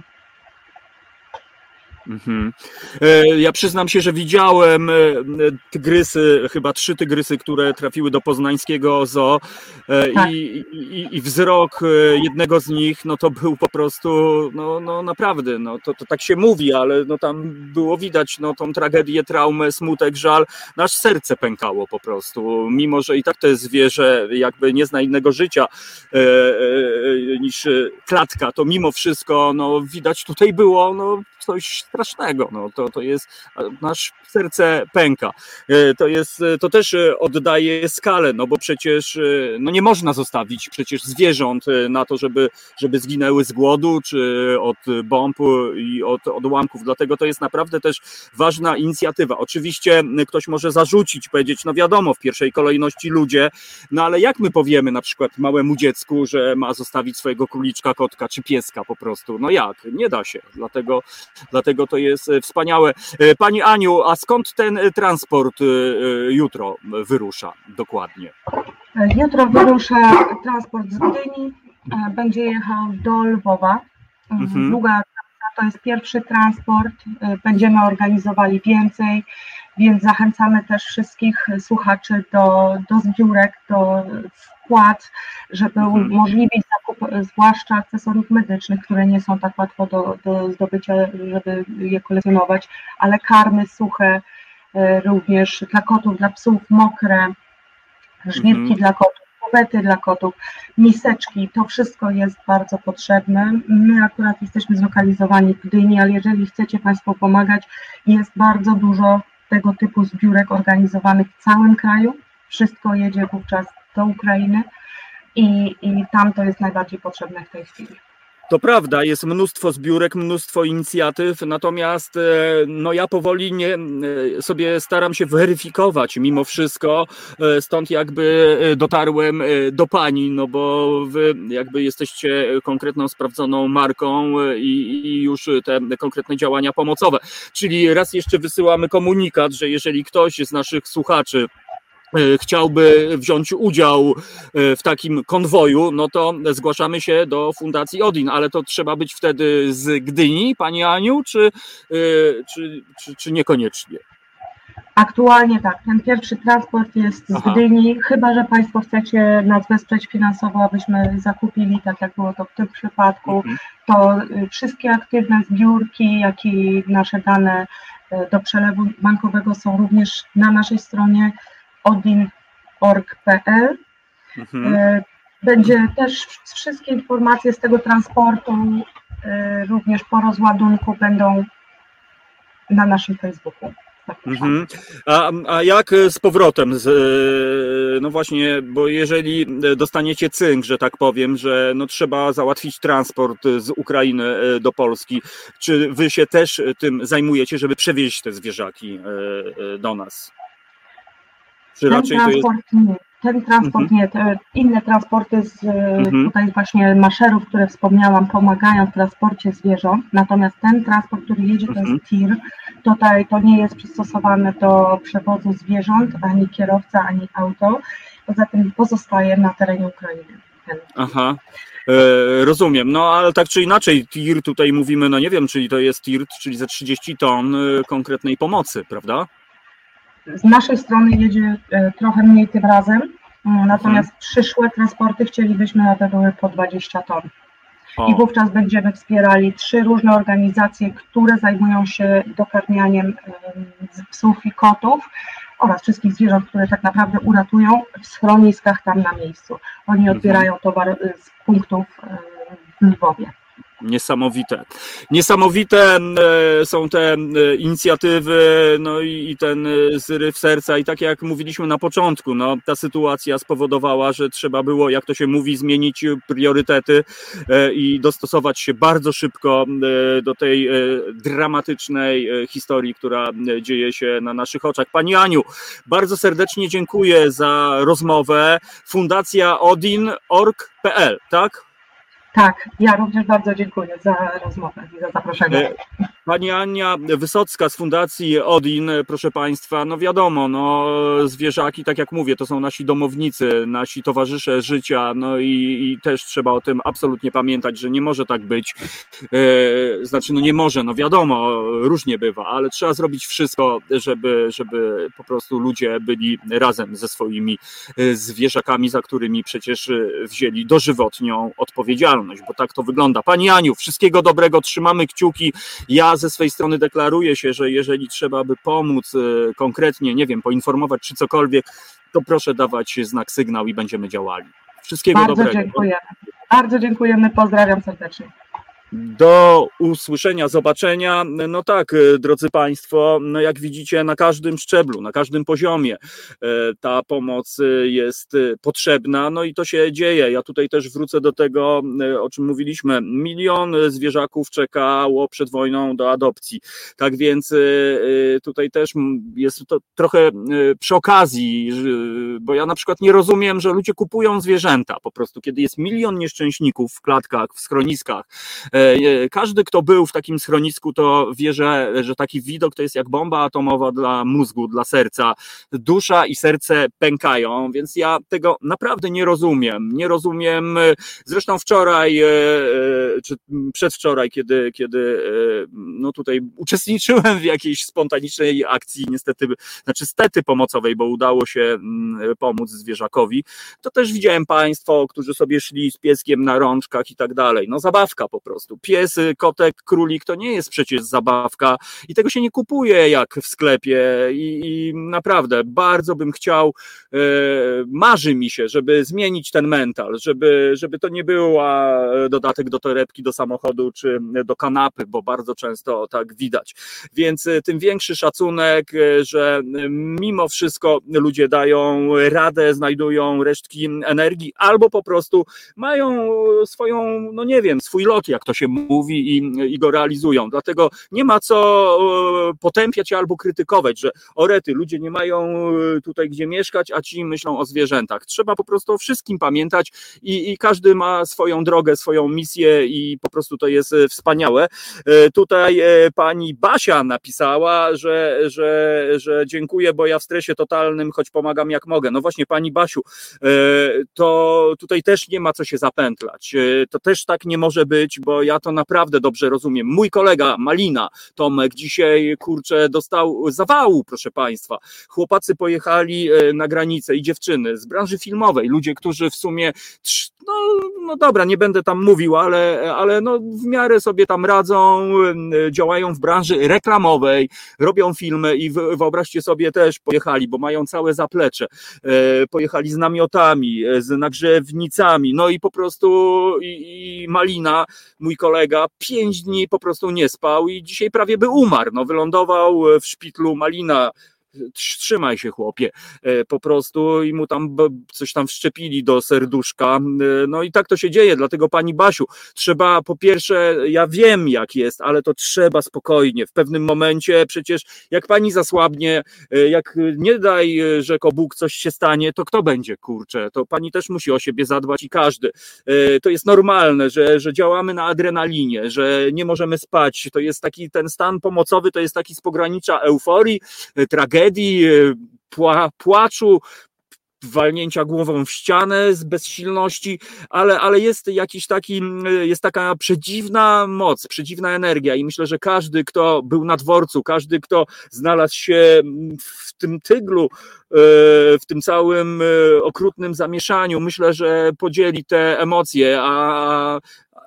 Mhm. Ja przyznam się, że widziałem tygrysy, chyba trzy tygrysy, które trafiły do poznańskiego zoo tak. i, i, i wzrok jednego z nich, no to był po prostu, no, no naprawdę, no to, to tak się mówi, ale no tam było widać no tą tragedię, traumę, smutek, żal, nasz serce pękało po prostu, mimo że i tak to jest zwierzę, jakby nie zna innego życia e, e, niż klatka, to mimo wszystko, no widać tutaj było, no coś strasznego, no to, to jest, nasz serce pęka. To jest, to też oddaje skalę, no bo przecież no nie można zostawić przecież zwierząt na to, żeby, żeby zginęły z głodu, czy od bomb i od odłamków, dlatego to jest naprawdę też ważna inicjatywa. Oczywiście ktoś może zarzucić, powiedzieć, no wiadomo, w pierwszej kolejności ludzie, no ale jak my powiemy na przykład małemu dziecku, że ma zostawić swojego króliczka, kotka czy pieska po prostu, no jak? Nie da się, dlatego Dlatego to jest wspaniałe. Pani Aniu, a skąd ten transport jutro wyrusza dokładnie? Jutro wyrusza transport z Gdyni, będzie jechał do Lwowa. Mhm. Długa to jest pierwszy transport, będziemy organizowali więcej, więc zachęcamy też wszystkich słuchaczy do, do zbiórek, do wpłat, żeby Mhm. umożliwić zakup zwłaszcza akcesoriów medycznych, które nie są tak łatwo do, do zdobycia, żeby je kolekcjonować, ale karmy suche również dla kotów, dla psów, mokre, żwirki Mhm. dla kotów, kuwety dla kotów, miseczki, to wszystko jest bardzo potrzebne. My akurat jesteśmy zlokalizowani w Gdyni, ale jeżeli chcecie Państwo pomagać, jest bardzo dużo tego typu zbiórek organizowanych w całym kraju. Wszystko jedzie wówczas do Ukrainy i, i tam to jest najbardziej potrzebne w tej chwili. To prawda, jest mnóstwo zbiórek, mnóstwo inicjatyw, natomiast no ja powoli nie, sobie staram się weryfikować mimo wszystko, stąd jakby dotarłem do Pani, no bo Wy jakby jesteście konkretną, sprawdzoną marką i, i już te konkretne działania pomocowe. Czyli raz jeszcze wysyłamy komunikat, że jeżeli ktoś z naszych słuchaczy chciałby wziąć udział w takim konwoju, no to zgłaszamy się do Fundacji Odin, ale to trzeba być wtedy z Gdyni, Pani Aniu, czy, czy, czy, czy niekoniecznie? Aktualnie tak, ten pierwszy transport jest z Aha. Gdyni, chyba że Państwo chcecie nas wesprzeć finansowo, abyśmy zakupili, tak jak było to w tym przypadku, Mhm. to wszystkie aktywne zbiórki, jak i nasze dane do przelewu bankowego są również na naszej stronie odin kropka org kropka p l. Mhm. Będzie też wszystkie informacje z tego transportu, również po rozładunku, będą na naszym Facebooku. Mhm. A, a jak z powrotem? Z, no właśnie, bo jeżeli dostaniecie cynk, że tak powiem, że no trzeba załatwić transport z Ukrainy do Polski, czy Wy się też tym zajmujecie, żeby przewieźć te zwierzaki do nas? Czy Ten raczej to jest... transport nie, ten transport Mhm. nie, te inne transporty z Mhm. tutaj właśnie maszerów, które wspomniałam, pomagają w transporcie zwierząt, natomiast ten transport, który jedzie, to Mhm. jest tir, tutaj to nie jest przystosowane do przewozu zwierząt, ani kierowca, ani auto, poza tym pozostaje na terenie Ukrainy. Ten. Aha, e, rozumiem, no ale tak czy inaczej tir tutaj mówimy, no nie wiem, czyli to jest tir, czyli za trzydzieści ton e, konkretnej pomocy, prawda? Z naszej strony jedzie e, trochę mniej tym razem, m, natomiast Mhm. przyszłe transporty chcielibyśmy, aby były po dwadzieścia ton. O. I wówczas będziemy wspierali trzy różne organizacje, które zajmują się dokarmianiem em, psów i kotów oraz wszystkich zwierząt, które tak naprawdę uratują w schroniskach tam na miejscu. Oni Mhm. odbierają towar e, z punktów e, w Lwowie. Niesamowite. Niesamowite są te inicjatywy, no i ten zryw serca i tak jak mówiliśmy na początku, no ta sytuacja spowodowała, że trzeba było, jak to się mówi, zmienić priorytety i dostosować się bardzo szybko do tej dramatycznej historii, która dzieje się na naszych oczach. Pani Aniu, bardzo serdecznie dziękuję za rozmowę. Fundacja odin kropka org kropka p l, tak? Tak, ja również bardzo dziękuję za rozmowę i za zaproszenie. Pani Ania Wysocka z Fundacji Odin, proszę Państwa, no wiadomo, no zwierzaki, tak jak mówię, to są nasi domownicy, nasi towarzysze życia, no i, i też trzeba o tym absolutnie pamiętać, że nie może tak być, e, znaczy no nie może, no wiadomo, różnie bywa, ale trzeba zrobić wszystko, żeby, żeby po prostu ludzie byli razem ze swoimi zwierzakami, za którymi przecież wzięli dożywotnią odpowiedzialność, bo tak to wygląda. Pani Aniu, wszystkiego dobrego, trzymamy kciuki. Ja ze swojej strony deklaruję się, że jeżeli trzeba by pomóc konkretnie, nie wiem, poinformować czy cokolwiek, to proszę dawać znak, sygnał i będziemy działali. Wszystkiego bardzo dobrego. Bardzo dziękujemy. Bardzo dziękujemy. Pozdrawiam serdecznie. Do usłyszenia, zobaczenia. No tak, drodzy Państwo, no jak widzicie, na każdym szczeblu, na każdym poziomie ta pomoc jest potrzebna, no i to się dzieje. Ja tutaj też wrócę do tego, o czym mówiliśmy. Milion zwierzaków czekało przed wojną do adopcji. Tak więc tutaj też jest to trochę przy okazji, bo ja na przykład nie rozumiem, że ludzie kupują zwierzęta po prostu, kiedy jest milion nieszczęśników w klatkach, w schroniskach. Każdy, kto był w takim schronisku, to wie, że, że taki widok to jest jak bomba atomowa dla mózgu, dla serca. Dusza i serce pękają, więc ja tego naprawdę nie rozumiem. Nie rozumiem. Zresztą wczoraj, czy przedwczoraj, kiedy, kiedy no tutaj uczestniczyłem w jakiejś spontanicznej akcji, niestety, znaczy stety pomocowej, bo udało się pomóc zwierzakowi, to też widziałem Państwo, którzy sobie szli z pieskiem na rączkach i tak dalej. No zabawka po prostu. Pies, kotek, królik to nie jest przecież zabawka i tego się nie kupuje jak w sklepie i, i naprawdę bardzo bym chciał, e, marzy mi się, żeby zmienić ten mental, żeby, żeby to nie była dodatek do torebki, do samochodu czy do kanapy, bo bardzo często tak widać. Więc tym większy szacunek, że mimo wszystko ludzie dają radę, znajdują resztki energii albo po prostu mają swoją, no nie wiem, swój lot, jak to się mówi i, i go realizują. Dlatego nie ma co potępiać albo krytykować, że orety, ludzie nie mają tutaj gdzie mieszkać, a ci myślą o zwierzętach. Trzeba po prostu o wszystkim pamiętać i, i każdy ma swoją drogę, swoją misję i po prostu to jest wspaniałe. Tutaj pani Basia napisała, że, że, że dziękuję, bo ja w stresie totalnym, choć pomagam jak mogę. No właśnie, pani Basiu, to tutaj też nie ma co się zapętlać. To też tak nie może być, bo ja to naprawdę dobrze rozumiem. Mój kolega Malina, Tomek, dzisiaj, kurczę, dostał zawału, proszę Państwa. Chłopacy pojechali na granicę i dziewczyny z branży filmowej, ludzie, którzy w sumie, no, no dobra, nie będę tam mówił, ale, ale no w miarę sobie tam radzą, działają w branży reklamowej, robią filmy i wyobraźcie sobie, też pojechali, bo mają całe zaplecze, pojechali z namiotami, z nagrzewnicami, no i po prostu i, i Malina, mój kolega, pięć dni po prostu nie spał i dzisiaj prawie by umarł, no wylądował w szpitlu. Malina, trzymaj się chłopie, po prostu i mu tam coś tam wszczepili do serduszka, no i tak to się dzieje, dlatego pani Basiu, trzeba po pierwsze, ja wiem jak jest, ale to trzeba spokojnie, w pewnym momencie przecież jak pani zasłabnie, jak nie daj, że Bóg coś się stanie, to kto będzie, kurczę, to pani też musi o siebie zadbać i każdy, to jest normalne, że, że działamy na adrenalinie, że nie możemy spać, to jest taki ten stan pomocowy, to jest taki z pogranicza euforii, tragedii, pła, płaczu, walnięcia głową w ścianę z bezsilności, ale, ale jest jakiś taki, jest taka przedziwna moc, przedziwna energia i myślę, że każdy, kto był na dworcu, każdy, kto znalazł się w tym tyglu, w tym całym okrutnym zamieszaniu, myślę, że podzieli te emocje, a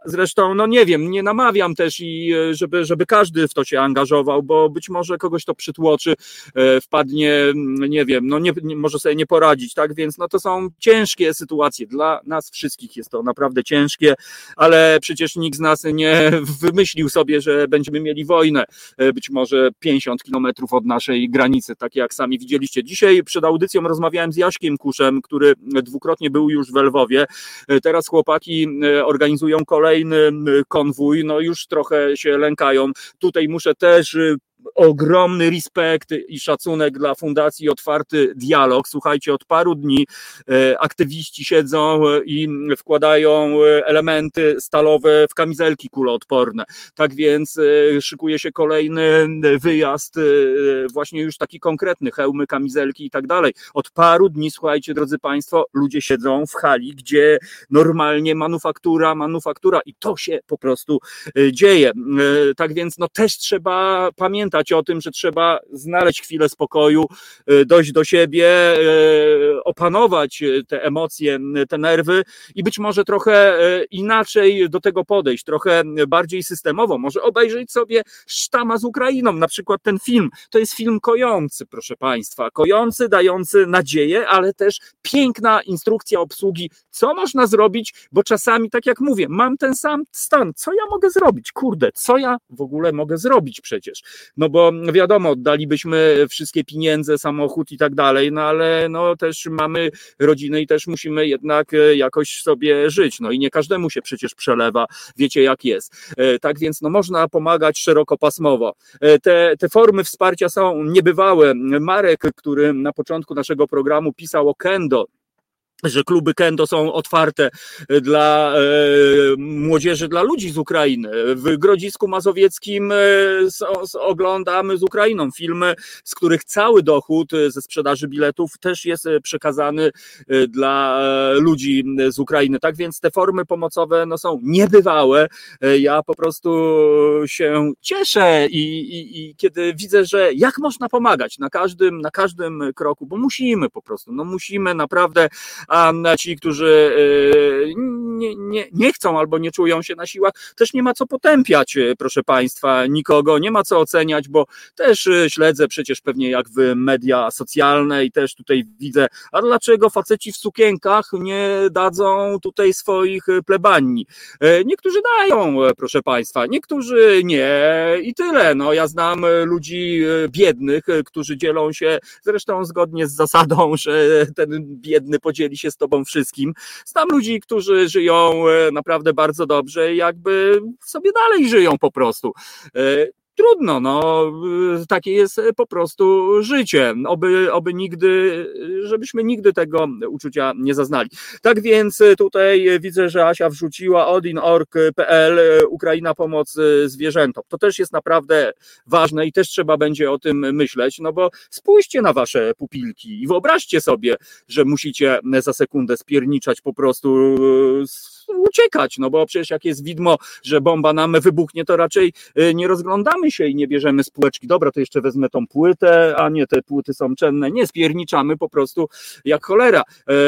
Zresztą, no nie wiem, nie namawiam też i żeby, żeby każdy w to się angażował, bo być może kogoś to przytłoczy, wpadnie, nie wiem, no nie, nie może sobie nie poradzić, tak, więc no to są ciężkie sytuacje, dla nas wszystkich jest to naprawdę ciężkie, ale przecież nikt z nas nie wymyślił sobie, że będziemy mieli wojnę, być może pięćdziesiąt kilometrów od naszej granicy, tak jak sami widzieliście. Dzisiaj przed audycją rozmawiałem z Jaśkiem Kuszem, który dwukrotnie był już w Lwowie, teraz chłopaki organizują kolejny konwój, no już trochę się lękają. Tutaj muszę też ogromny respekt i szacunek dla Fundacji Otwarty Dialog. Słuchajcie, od paru dni aktywiści siedzą i wkładają elementy stalowe w kamizelki kuloodporne. Tak więc szykuje się kolejny wyjazd, właśnie już taki konkretny, hełmy, kamizelki i tak dalej. Od paru dni, słuchajcie, drodzy Państwo, ludzie siedzą w hali, gdzie normalnie manufaktura, manufaktura i to się po prostu dzieje. Tak więc no też trzeba pamiętać o tym, że trzeba znaleźć chwilę spokoju, dojść do siebie, opanować te emocje, te nerwy i być może trochę inaczej do tego podejść, trochę bardziej systemowo, może obejrzeć sobie Sztama z Ukrainą, na przykład ten film, to jest film kojący, proszę Państwa, kojący, dający nadzieję, ale też piękna instrukcja obsługi, co można zrobić, bo czasami, tak jak mówię, mam ten sam stan, co ja mogę zrobić, kurde, co ja w ogóle mogę zrobić przecież, no bo wiadomo, oddalibyśmy wszystkie pieniądze, samochód i tak dalej, no ale no też mamy rodziny i też musimy jednak jakoś sobie żyć, no i nie każdemu się przecież przelewa, wiecie jak jest. Tak więc no można pomagać szerokopasmowo. Te, te formy wsparcia są niebywałe. Marek, który na początku naszego programu pisał o kendo, że kluby kendo są otwarte dla e, młodzieży, dla ludzi z Ukrainy. W Grodzisku Mazowieckim e, so, so, oglądamy z Ukrainą filmy, z których cały dochód ze sprzedaży biletów też jest przekazany dla ludzi z Ukrainy. Tak więc te formy pomocowe no, są niebywałe. Ja po prostu się cieszę i, i, i kiedy widzę, że jak można pomagać na każdym, na każdym kroku, bo musimy po prostu, no musimy naprawdę. A ci, którzy nie, nie, nie chcą albo nie czują się na siłach, też nie ma co potępiać, proszę Państwa, nikogo, nie ma co oceniać, bo też śledzę przecież pewnie jak wy media socjalne i też tutaj widzę, a dlaczego faceci w sukienkach nie dadzą tutaj swoich plebanii? Niektórzy dają, proszę Państwa, niektórzy nie i tyle. No, ja znam ludzi biednych, którzy dzielą się, zresztą zgodnie z zasadą, że ten biedny podzieli się z tobą wszystkim. Znam ludzi, którzy żyją naprawdę bardzo dobrze i jakby sobie dalej żyją po prostu. Trudno, no, takie jest po prostu życie. Oby, oby nigdy, żebyśmy nigdy tego uczucia nie zaznali. Tak więc tutaj widzę, że Asia wrzuciła odin kropka org kropka pe el, Ukraina pomoc zwierzętom. To też jest naprawdę ważne i też trzeba będzie o tym myśleć, no bo spójrzcie na wasze pupilki i wyobraźcie sobie, że musicie za sekundę spierniczać po prostu, uciekać, no bo przecież jak jest widmo, że bomba nam wybuchnie, to raczej nie rozglądamy się i nie bierzemy z półeczki, dobra, to jeszcze wezmę tą płytę, a nie, te płyty są czenne, nie, spierniczamy po prostu jak cholera.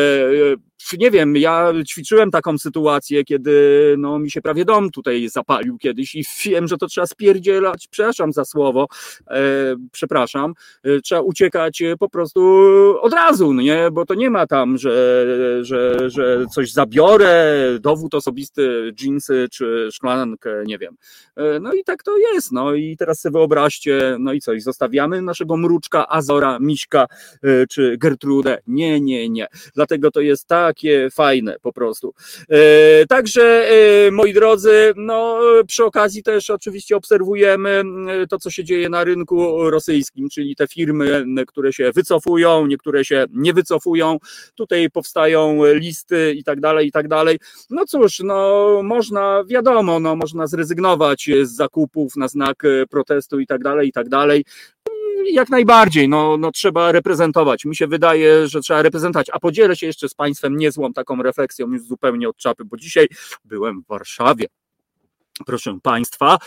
Nie wiem, ja ćwiczyłem taką sytuację, kiedy no, mi się prawie dom tutaj zapalił kiedyś i wiem, że to trzeba spierdzielać, przepraszam za słowo, e, przepraszam, e, trzeba uciekać po prostu od razu, nie, bo to nie ma tam, że, że, że coś zabiorę, dowód osobisty, dżinsy czy szklankę, nie wiem. E, no i tak to jest, no i teraz sobie wyobraźcie, no i coś, zostawiamy naszego mruczka, Azora, Miśka e, czy Gertrudę? Nie, nie, nie, dlatego to jest tak takie fajne po prostu. E, także e, moi drodzy, no przy okazji też oczywiście obserwujemy to, co się dzieje na rynku rosyjskim, czyli te firmy, które się wycofują, niektóre się nie wycofują, tutaj powstają listy i tak dalej, i tak dalej. No cóż, no można, wiadomo, no można zrezygnować z zakupów na znak protestu i tak dalej, i tak dalej. Jak najbardziej, no, no trzeba reprezentować. Mi się wydaje, że trzeba reprezentować, a podzielę się jeszcze z Państwem niezłą taką refleksją już zupełnie od czapy, bo dzisiaj byłem w Warszawie. Proszę Państwa.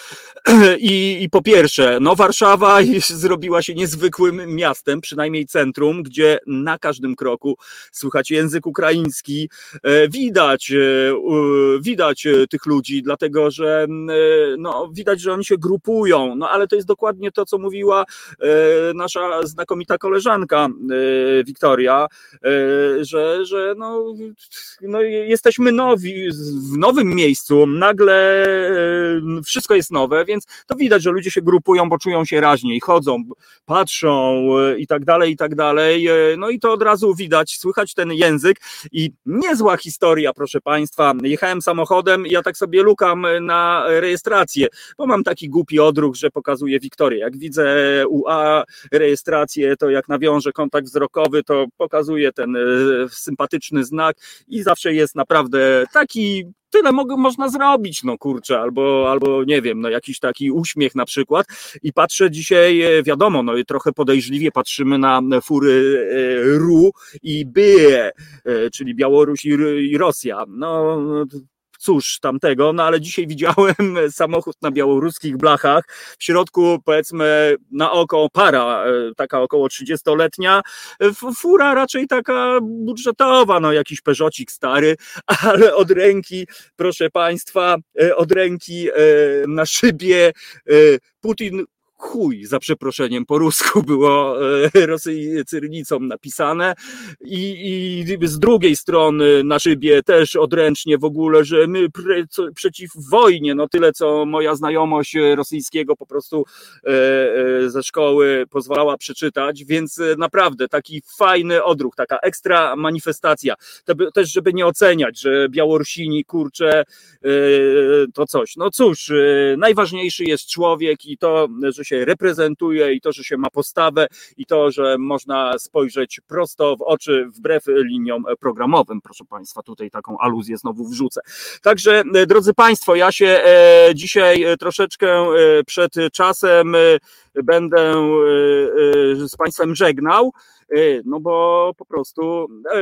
I, I po pierwsze, no Warszawa zrobiła się niezwykłym miastem, przynajmniej centrum, gdzie na każdym kroku słychać język ukraiński. Widać, widać tych ludzi, dlatego że no, widać, że oni się grupują, no ale to jest dokładnie to, co mówiła nasza znakomita koleżanka Wiktoria, że, że no, no jesteśmy nowi, w nowym miejscu, nagle wszystko jest nowe, więc to widać, że ludzie się grupują, bo czują się raźniej, chodzą, patrzą i tak dalej, i tak dalej. No i to od razu widać, słychać ten język i niezła historia, proszę Państwa. Jechałem samochodem i ja tak sobie lukam na rejestrację, bo mam taki głupi odruch, że pokazuje Wiktorię. Jak widzę U A rejestrację, to jak nawiążę kontakt wzrokowy, to pokazuje ten sympatyczny znak i zawsze jest naprawdę taki. Tyle mogę, można zrobić, no kurczę, albo, albo nie wiem, no jakiś taki uśmiech na przykład i patrzę dzisiaj, wiadomo, no i trochę podejrzliwie patrzymy na fury R U i B E, czyli Białoruś i, i Rosja, no cóż tamtego, no ale dzisiaj widziałem samochód na białoruskich blachach, w środku powiedzmy na oko para, taka około trzydziestoletnia, fura raczej taka budżetowa, no jakiś Peugeotik stary, ale od ręki, proszę Państwa, od ręki na szybie Putin chuj, za przeproszeniem, po rusku było Rosji cyrylicą napisane i, i z drugiej strony na szybie też odręcznie w ogóle, że my pre, co, przeciw wojnie, no tyle co moja znajomość rosyjskiego po prostu e, e, ze szkoły pozwalała przeczytać, więc naprawdę taki fajny odruch, taka ekstra manifestacja, to, też żeby nie oceniać, że Białorusini, kurczę, e, to coś, no cóż, e, najważniejszy jest człowiek i to, że się reprezentuje i to, że się ma postawę i to, że można spojrzeć prosto w oczy wbrew liniom programowym. Proszę Państwa, tutaj taką aluzję znowu wrzucę. Także, drodzy Państwo, ja się dzisiaj troszeczkę przed czasem będę z Państwem żegnał, no bo po prostu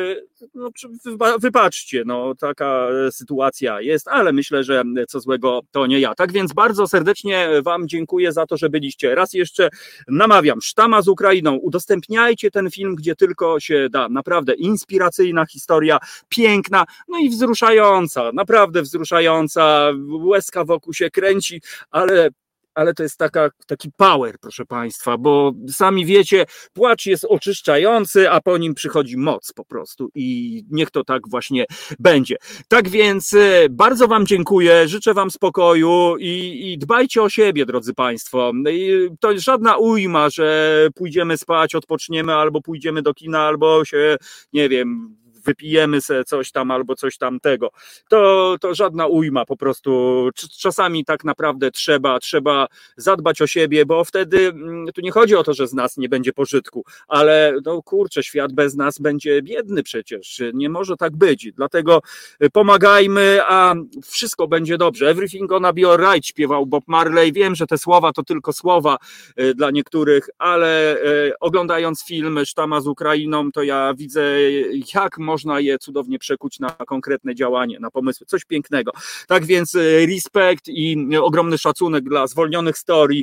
no, wybaczcie, no taka sytuacja jest, ale myślę, że co złego to nie ja. Tak więc bardzo serdecznie Wam dziękuję za to, że byliście. Raz jeszcze namawiam, Sztama z Ukrainą, udostępniajcie ten film, gdzie tylko się da. Naprawdę inspiracyjna historia, piękna, no i wzruszająca, naprawdę wzruszająca, łezka wokół się kręci, ale ale to jest taka, taki power, proszę Państwa, bo sami wiecie, płacz jest oczyszczający, a po nim przychodzi moc po prostu i niech to tak właśnie będzie. Tak więc bardzo Wam dziękuję, życzę Wam spokoju i, i dbajcie o siebie, drodzy Państwo. I to jest żadna ujma, że pójdziemy spać, odpoczniemy, albo pójdziemy do kina, albo się, nie wiem, wypijemy sobie coś tam albo coś tamtego. To, to żadna ujma, po prostu czasami tak naprawdę trzeba, trzeba zadbać o siebie, bo wtedy tu nie chodzi o to, że z nas nie będzie pożytku, ale no kurczę, świat bez nas będzie biedny przecież. Nie może tak być. Dlatego pomagajmy, a wszystko będzie dobrze. Everything gonna be alright, śpiewał Bob Marley. Wiem, że te słowa to tylko słowa dla niektórych, ale oglądając film Sztama z Ukrainą, to ja widzę, jak można można je cudownie przekuć na konkretne działanie, na pomysły, coś pięknego. Tak więc respekt i ogromny szacunek dla zwolnionych storii,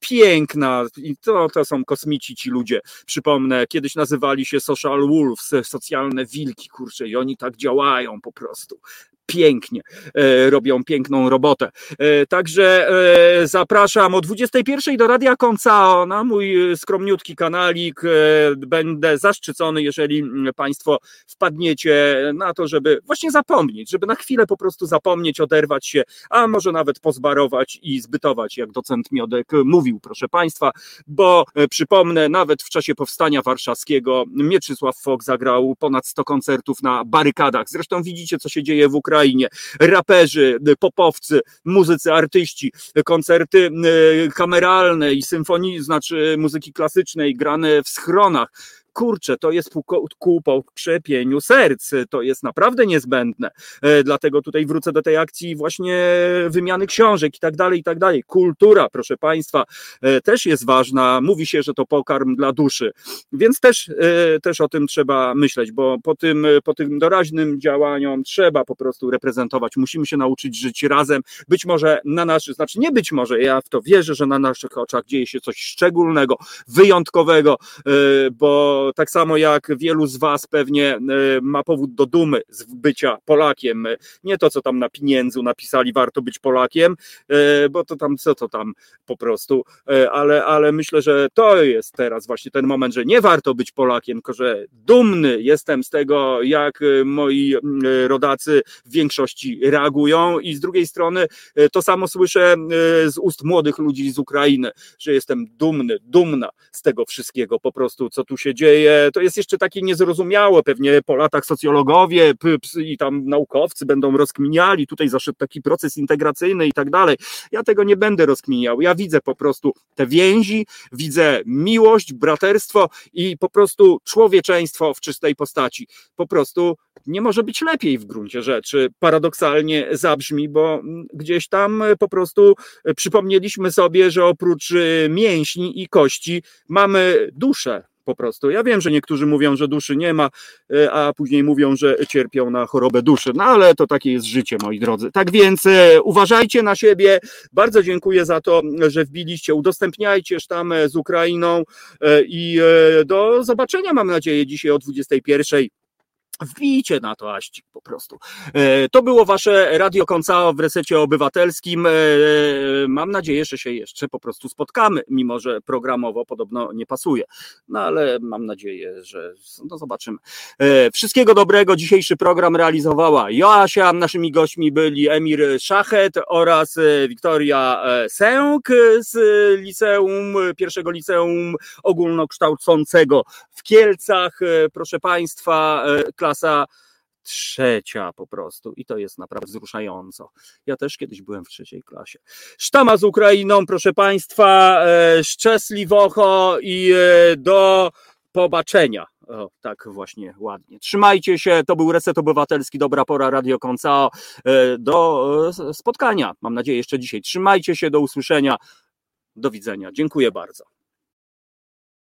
piękna i to, to są kosmici ci ludzie. Przypomnę, kiedyś nazywali się social wolves, socjalne wilki, kurczę, i oni tak działają po prostu. Pięknie, e, robią piękną robotę. E, także e, zapraszam o dwudziestej pierwszej do Radia Koncao na mój skromniutki kanalik. E, będę zaszczycony, jeżeli Państwo wpadniecie na to, żeby właśnie zapomnieć, żeby na chwilę po prostu zapomnieć, oderwać się, a może nawet pozbarować i zbytować, jak docent Miodek mówił, proszę Państwa, bo e, przypomnę, nawet w czasie powstania warszawskiego Mieczysław Fok zagrał ponad sto koncertów na barykadach. Zresztą widzicie, co się dzieje w Ukrainie. Raperzy, popowcy, muzycy, artyści, koncerty kameralne i symfonii, znaczy muzyki klasycznej grane w schronach. kurczę, to jest ku pokrzepieniu serc, to jest naprawdę niezbędne. Dlatego tutaj wrócę do tej akcji właśnie wymiany książek i tak dalej, i tak dalej. Kultura, proszę Państwa, też jest ważna. Mówi się, że to pokarm dla duszy, więc też, też o tym trzeba myśleć, bo po tym, po tym doraźnym działaniom trzeba po prostu reprezentować. Musimy się nauczyć żyć razem. Być może na naszych, znaczy nie być może, ja w to wierzę, że na naszych oczach dzieje się coś szczególnego, wyjątkowego, bo tak samo jak wielu z Was pewnie ma powód do dumy z bycia Polakiem. Nie to, co tam na pieniędzu napisali, warto być Polakiem, bo to tam, co to tam po prostu, ale, ale myślę, że to jest teraz właśnie ten moment, że nie warto być Polakiem, tylko że dumny jestem z tego, jak moi rodacy w większości reagują i z drugiej strony to samo słyszę z ust młodych ludzi z Ukrainy, że jestem dumny, dumna z tego wszystkiego po prostu, co tu się dzieje. To jest jeszcze takie niezrozumiałe, pewnie po latach socjologowie i tam naukowcy będą rozkminiali, tutaj zaszedł taki proces integracyjny i tak dalej. Ja tego nie będę rozkminiał, ja widzę po prostu te więzi, widzę miłość, braterstwo i po prostu człowieczeństwo w czystej postaci. Po prostu nie może być lepiej w gruncie rzeczy. Paradoksalnie zabrzmi, bo gdzieś tam po prostu przypomnieliśmy sobie, że oprócz mięśni i kości mamy duszę. Po prostu. Ja wiem, że niektórzy mówią, że duszy nie ma, a później mówią, że cierpią na chorobę duszy. No ale to takie jest życie, moi drodzy. Tak więc uważajcie na siebie. Bardzo dziękuję za to, że wbiliście. Udostępniajcie sztamę z Ukrainą i do zobaczenia, mam nadzieję, dzisiaj o dwudziestej pierwszej. Wbijcie na to aścik po prostu. To było wasze Radio Koncao w Resecie Obywatelskim. Mam nadzieję, że się jeszcze po prostu spotkamy, mimo że programowo podobno nie pasuje. No ale mam nadzieję, że no zobaczymy. Wszystkiego dobrego. Dzisiejszy program realizowała Joasia. Naszymi gośćmi byli Emir Szachet oraz Wiktoria Sęk z liceum, pierwszego liceum ogólnokształcącego w Kielcach. Proszę Państwa, klasa trzecia po prostu i to jest naprawdę wzruszająco. Ja też kiedyś byłem w trzeciej klasie. Sztama z Ukrainą, proszę Państwa, szczęśliwocho i do pobaczenia. O, tak właśnie ładnie. Trzymajcie się, to był Reset Obywatelski, dobra pora, Radio Koncao. Do spotkania, mam nadzieję, jeszcze dzisiaj. Trzymajcie się, do usłyszenia. Do widzenia. Dziękuję bardzo.